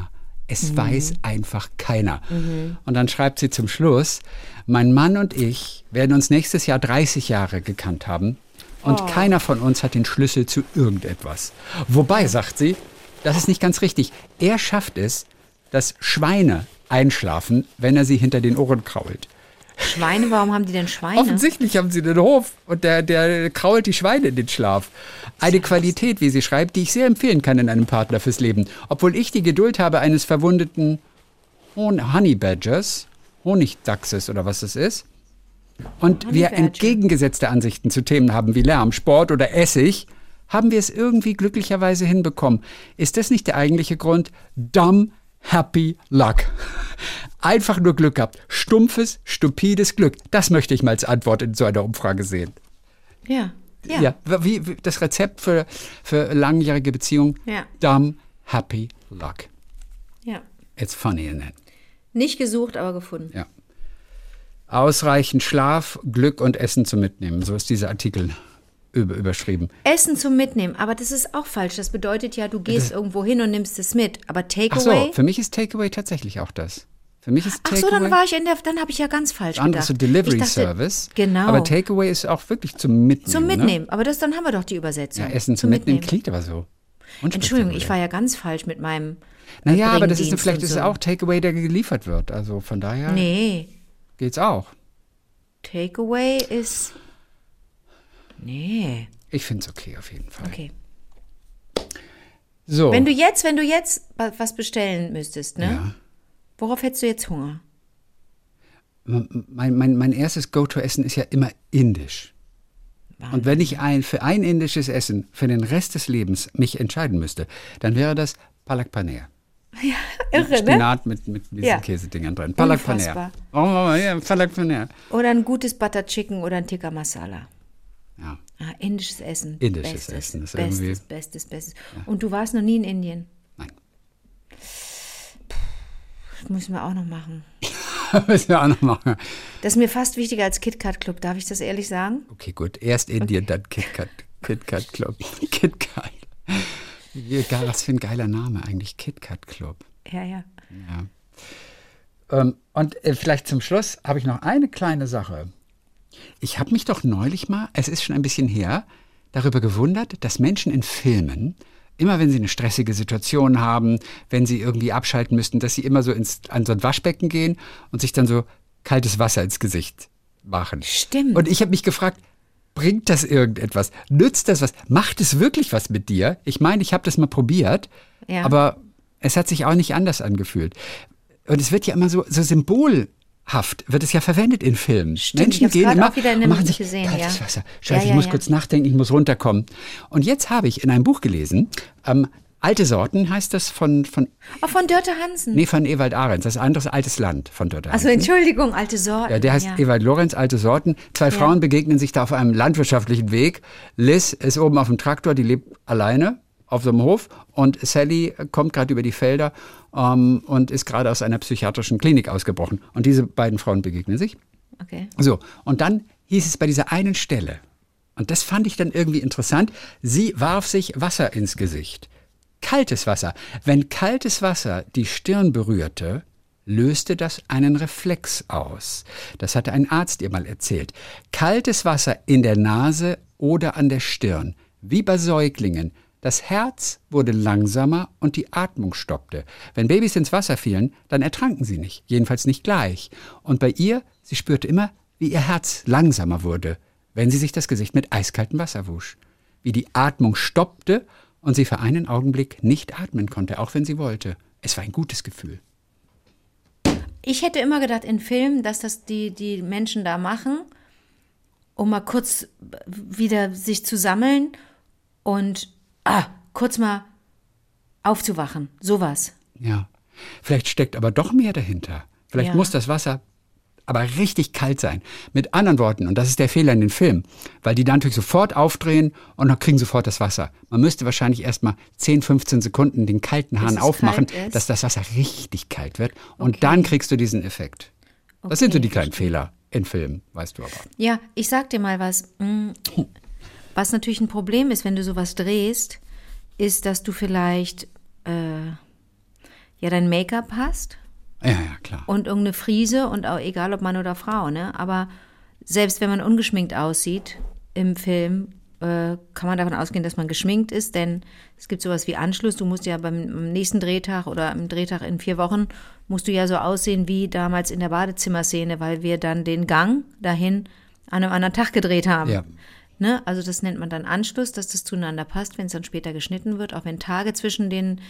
Es mhm. weiß einfach keiner. Mhm. Und dann schreibt sie zum Schluss, mein Mann und ich werden uns nächstes Jahr dreißig Jahre gekannt haben und oh. keiner von uns hat den Schlüssel zu irgendetwas. Wobei, sagt sie, das ist nicht ganz richtig. Er schafft es, dass Schweine einschlafen, wenn er sie hinter den Ohren krault. Schweine, warum haben die denn Schweine? Offensichtlich haben sie den Hof und der, der krault die Schweine in den Schlaf. Eine Qualität, wie sie schreibt, die ich sehr empfehlen kann in einem Partner fürs Leben. Obwohl ich die Geduld habe eines verwundeten Honey Badgers, Honigdachses oder was es ist. Und Honey wir Badger. Entgegengesetzte Ansichten zu Themen haben wie Lärm, Sport oder Essig, haben wir es irgendwie glücklicherweise hinbekommen. Ist das nicht der eigentliche Grund? Dumb Happy Luck. Einfach nur Glück gehabt. Stumpfes, stupides Glück. Das möchte ich mal als Antwort in so einer Umfrage sehen. Ja. Ja. ja wie, wie das Rezept für, für langjährige Beziehungen. Ja. Dumb Happy Luck. Ja. It's funny, isn't it? Nicht gesucht, aber gefunden. Ja. Ausreichend Schlaf, Glück und Essen zum Mitnehmen. So ist dieser Artikel über, überschrieben. Essen zum Mitnehmen, aber das ist auch falsch. Das bedeutet ja, du gehst das irgendwo hin und nimmst es mit. Aber Takeaway? Ach so, für mich ist Takeaway tatsächlich auch das. Für mich ist Takeaway. Ach so, dann war ich in der, dann habe ich ja ganz falsch gedacht. Andere ist so Delivery dachte, Service. Genau. Aber Takeaway ist auch wirklich zum Mitnehmen. Zum Mitnehmen, ne? aber das, dann haben wir doch die Übersetzung. Ja, Essen zum, zum Mitnehmen. Mitnehmen klingt aber so. Entschuldigung, ich war ja ganz falsch mit meinem Naja, aber das ist vielleicht ist es auch Takeaway, der geliefert wird. Also von daher nee. geht's auch. Takeaway ist nee. Ich finde es okay auf jeden Fall. Okay. So. Wenn du jetzt, wenn du jetzt was bestellen müsstest, ne? Ja. Worauf hättest du jetzt Hunger? Mein, mein, mein erstes Go-To-Essen ist ja immer indisch. Wahnsinn. Und wenn ich ein, für ein indisches Essen für den Rest des Lebens mich entscheiden müsste, dann wäre das Palak Paneer. Ja, irre, Spinat ne? mit, mit diesen ja. Käsedingern drin. Palak Paneer. Oh, ja, Palak Paneer. Oder ein gutes Butter Chicken oder ein Tikka Masala. Ja. Ah, indisches Essen. Indisches Bestes, Essen ist Bestes, irgendwie... Bestes, Bestes. Ja. Und du warst noch nie in Indien? Nein. Das müssen wir auch noch machen. müssen wir auch noch machen. Das ist mir fast wichtiger als KitKat Club, darf ich das ehrlich sagen? Okay, gut. Erst Indien, okay. Dann KitKat, KitKat Club. KitKat. Was für ein geiler Name eigentlich, KitKat Club. Ja, ja. ja. Ähm, und äh, vielleicht zum Schluss habe ich noch eine kleine Sache. Ich habe mich doch neulich mal, es ist schon ein bisschen her, darüber gewundert, dass Menschen in Filmen, immer wenn sie eine stressige Situation haben, wenn sie irgendwie abschalten müssten, dass sie immer so ins, an so ein Waschbecken gehen und sich dann so kaltes Wasser ins Gesicht machen. Stimmt. Und ich habe mich gefragt, bringt das irgendetwas? Nützt das was? Macht es wirklich was mit dir? Ich meine, ich habe das mal probiert, ja. aber es hat sich auch nicht anders angefühlt. Und es wird ja immer so, so symbolhaft, wird es ja verwendet in Filmen. Stimmt, Menschen ich gehen immer auch wieder in und machen sich gesehen, kaltes ja. Wasser. Scheiße, ja, ja, ich muss ja. kurz nachdenken, ich muss runterkommen. Und jetzt habe ich in einem Buch gelesen, ähm, Alte Sorten heißt das von... von oh, von Dörte Hansen. Nee, von Ewald Ahrens. Das ist ein anderes Altes Land von Dörte Hansen. Also Entschuldigung, Alte Sorten. Ja, der heißt ja. Ewald Lorenz, Alte Sorten. Zwei ja. Frauen begegnen sich da auf einem landwirtschaftlichen Weg. Liz ist oben auf dem Traktor, die lebt alleine auf so einem Hof. Und Sally kommt gerade über die Felder ähm, und ist gerade aus einer psychiatrischen Klinik ausgebrochen. Und diese beiden Frauen begegnen sich. Okay. So, und dann hieß es bei dieser einen Stelle, und das fand ich dann irgendwie interessant, sie warf sich Wasser ins Gesicht. Kaltes Wasser. Wenn kaltes Wasser die Stirn berührte, löste das einen Reflex aus. Das hatte ein Arzt ihr mal erzählt. Kaltes Wasser in der Nase oder an der Stirn, wie bei Säuglingen. Das Herz wurde langsamer und die Atmung stoppte. Wenn Babys ins Wasser fielen, dann ertranken sie nicht, jedenfalls nicht gleich. Und bei ihr, sie spürte immer, wie ihr Herz langsamer wurde, wenn sie sich das Gesicht mit eiskaltem Wasser wusch. Wie die Atmung stoppte und sie für einen Augenblick nicht atmen konnte, auch wenn sie wollte. Es war ein gutes Gefühl. Ich hätte immer gedacht in Filmen, dass das die, die Menschen da machen, um mal kurz wieder sich zu sammeln und ah, kurz mal aufzuwachen. Sowas. Ja, vielleicht steckt aber doch mehr dahinter. Vielleicht ja. muss das Wasser aber richtig kalt sein. Mit anderen Worten, und das ist der Fehler in den Filmen, weil die dann natürlich sofort aufdrehen und dann kriegen sofort das Wasser. Man müsste wahrscheinlich erst mal zehn, fünfzehn Sekunden den kalten Hahn aufmachen, dass das Wasser richtig kalt wird. Und okay. dann kriegst du diesen Effekt. Das okay, sind so die kleinen verstehe. Fehler in Filmen, weißt du aber. Ja, ich sag dir mal was. Was natürlich ein Problem ist, wenn du sowas drehst, ist, dass du vielleicht, äh, ja dein Make-up hast. Ja, ja, klar. Und irgendeine Frise und auch egal ob Mann oder Frau, ne? Aber selbst wenn man ungeschminkt aussieht im Film, äh, kann man davon ausgehen, dass man geschminkt ist, denn es gibt sowas wie Anschluss. Du musst ja beim, beim nächsten Drehtag oder im Drehtag in vier Wochen musst du ja so aussehen wie damals in der Badezimmerszene, weil wir dann den Gang dahin an einem anderen Tag gedreht haben. Ja. Ne? Also das nennt man dann Anschluss, dass das zueinander passt, wenn es dann später geschnitten wird, auch wenn Tage zwischen den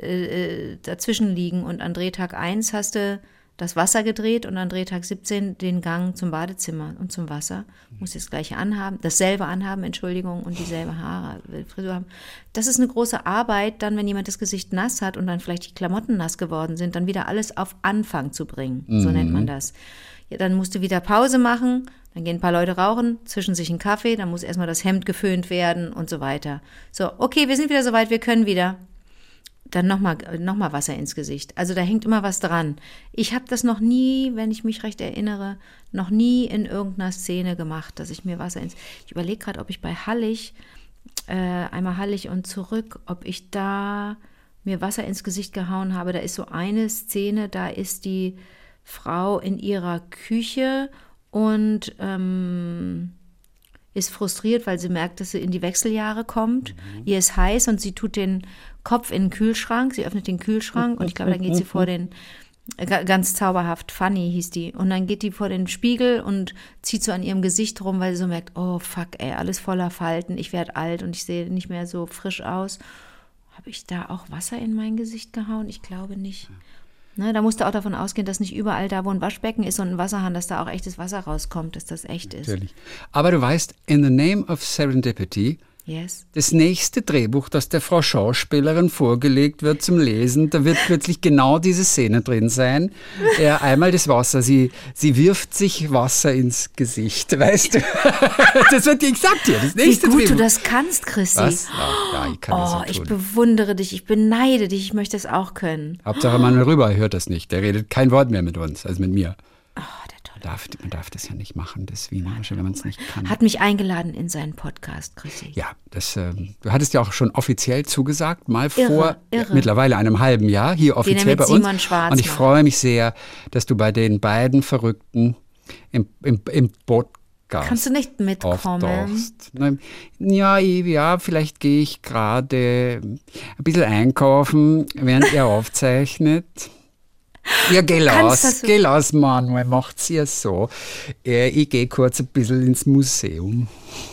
äh, dazwischen liegen und an Drehtag eins hast du das Wasser gedreht und an Drehtag siebzehn den Gang zum Badezimmer und zum Wasser. Muss das gleiche anhaben, dasselbe anhaben, Entschuldigung, und dieselbe Haare, Frisur haben. Das ist eine große Arbeit, dann, wenn jemand das Gesicht nass hat und dann vielleicht die Klamotten nass geworden sind, dann wieder alles auf Anfang zu bringen. So Mhm. nennt man das. Ja, dann musst du wieder Pause machen, dann gehen ein paar Leute rauchen, zwischen sich einen Kaffee, dann muss erstmal das Hemd geföhnt werden und so weiter. So, okay, wir sind wieder soweit, wir können wieder. Dann nochmal noch mal Wasser ins Gesicht. Also da hängt immer was dran. Ich habe das noch nie, wenn ich mich recht erinnere, noch nie in irgendeiner Szene gemacht, dass ich mir Wasser ins... Ich überlege gerade, ob ich bei Hallig, äh, einmal Hallig und zurück, ob ich da mir Wasser ins Gesicht gehauen habe. Da ist so eine Szene, da ist die Frau in ihrer Küche und ähm, ist frustriert, weil sie merkt, dass sie in die Wechseljahre kommt. Mhm. Ihr ist heiß und sie tut den Kopf in den Kühlschrank. Sie öffnet den Kühlschrank und ich glaube, dann geht sie vor den, äh, ganz zauberhaft, Fanny hieß die. Und dann geht die vor den Spiegel und zieht so an ihrem Gesicht rum, weil sie so merkt, oh fuck, ey, alles voller Falten, ich werde alt und ich sehe nicht mehr so frisch aus. Habe ich da auch Wasser in mein Gesicht gehauen? Ich glaube nicht. Ne, da musst du auch davon ausgehen, dass nicht überall da, wo ein Waschbecken ist und ein Wasserhahn, dass da auch echtes Wasser rauskommt, dass das echt ist. Natürlich. Aber du weißt, in the name of serendipity, yes. das nächste Drehbuch, das der Frau Schauspielerin vorgelegt wird zum Lesen, da wird plötzlich genau diese Szene drin sein. Ja, einmal das Wasser, sie, sie wirft sich Wasser ins Gesicht, weißt du? Das wird dir gesagt hier, das nächste Wie gut Drehbuch. du das kannst, Chrissy. Was? Ja, ja, ich kann das Oh, so ich tun. bewundere dich, ich beneide dich, ich möchte es auch können. Hauptsache Manuel Rüber hört das nicht, der redet kein Wort mehr mit uns, also mit mir. Oh, der tolle. Man darf, man darf das ja nicht machen, das Wienerische, wenn man es nicht kann. Hat mich eingeladen in seinen Podcast, Chrissy. Ja, das, ähm, du hattest ja auch schon offiziell zugesagt, mal Irre, vor irre. mittlerweile einem halben Jahr, hier offiziell mit bei Simon uns. Schwarz Und ich macht. freue mich sehr, dass du bei den beiden Verrückten im, im, im Podcast Kannst du nicht mitkommen? auftauchst. Na, Ja, ich- ja, vielleicht gehe ich gerade ein bisschen einkaufen, während ihr aufzeichnet. Ja, geh Kannst los, das- geh los, Manuel, macht's ja so. Äh, Ich gehe kurz ein bisschen ins Museum.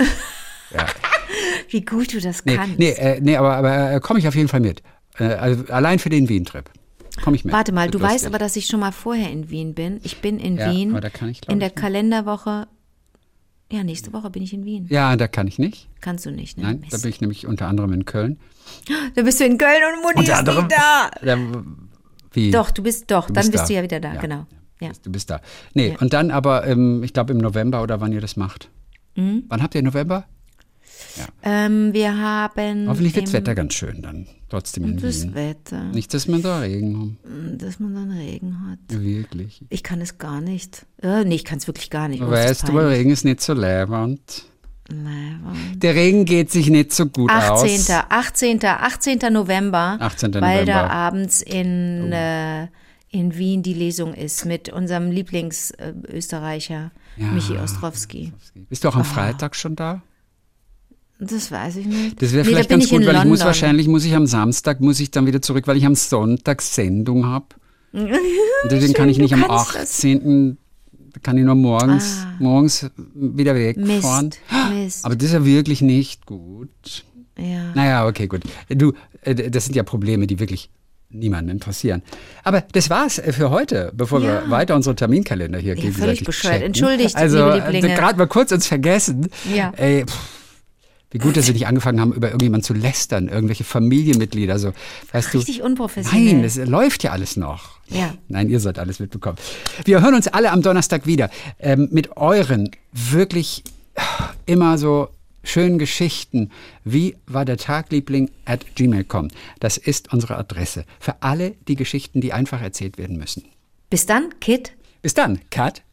Ja. Wie gut du das Nee, kannst. nee, äh, nee aber, aber äh, komme ich auf jeden Fall mit. Äh, also allein für den Wien-Trip komme ich mit. Warte mal, Wird du lustig. weißt aber, dass ich schon mal vorher in Wien bin. Ich bin in Ja, Wien aber da kann ich, glaub in der ich, nicht. Kalenderwoche. Ja, nächste Woche bin ich in Wien. Ja, da kann ich nicht. Kannst du nicht, ne? Nein, da Mist. bin ich nämlich unter anderem in Köln. Da bist du in Köln und Mutti Unter ist anderem. nicht da. Da, wie? Doch, du bist doch, Du dann bist bist da. du ja wieder da, Ja. genau. Ja. Du bist da. Nee, Ja. und dann aber, ähm, ich glaube im November oder wann ihr das macht. Mhm. Wann habt ihr November? Ähm, wir haben. Hoffentlich wird das im- Wetter ganz schön dann. Trotzdem in Das Wien. Wetter, Nicht, dass wir da Regen haben. dass man dann Regen hat. Wirklich. Ich kann es gar nicht. Äh, nee, ich kann es wirklich gar nicht. Oh, ist das Weißt du, aber peinlich. Regen ist nicht so leibernd. Leibwand. Der Regen geht sich nicht so gut aus. achtzehnten. achtzehnten. achtzehnten November. achtzehnten Weil November. da abends in, äh, in Wien die Lesung ist mit unserem Lieblingsösterreicher Ja. Michi Ostrowski. Bist du auch am Freitag schon da? Das weiß ich nicht. Das wäre Nee, da vielleicht bin ganz ich gut, in weil ich muss London. wahrscheinlich, muss ich am Samstag, muss ich dann wieder zurück, weil ich am Sonntag Sendung habe. Und deswegen kann ich nicht am du kannst das. achtzehnten Da kann ich nur morgens, Ah. morgens wieder wegfahren. Mist, Mist. Aber das ist ja wirklich nicht gut. Ja. Naja, okay, gut. Du, äh, das sind ja Probleme, die wirklich niemanden interessieren. Aber das war's für heute, bevor Ja. wir weiter unsere Terminkalender hier Ja, gegenseitig völlig bescheuert. checken. Entschuldigt, also, liebe Lieblinge. gerade mal kurz uns vergessen. Ja. Ey, pff, wie gut, dass wir nicht angefangen haben, über irgendjemanden zu lästern, irgendwelche Familienmitglieder. So, weißt Richtig du, unprofessionell. Nein, das läuft ja alles noch. Ja. Nein, ihr sollt alles mitbekommen. Wir hören uns alle am Donnerstag wieder ähm, mit euren wirklich immer so schönen Geschichten. Wie war der Tag, Liebling, at gmail punkt com. Das ist unsere Adresse für alle die Geschichten, die einfach erzählt werden müssen. Bis dann, Kid. Bis dann, Kat.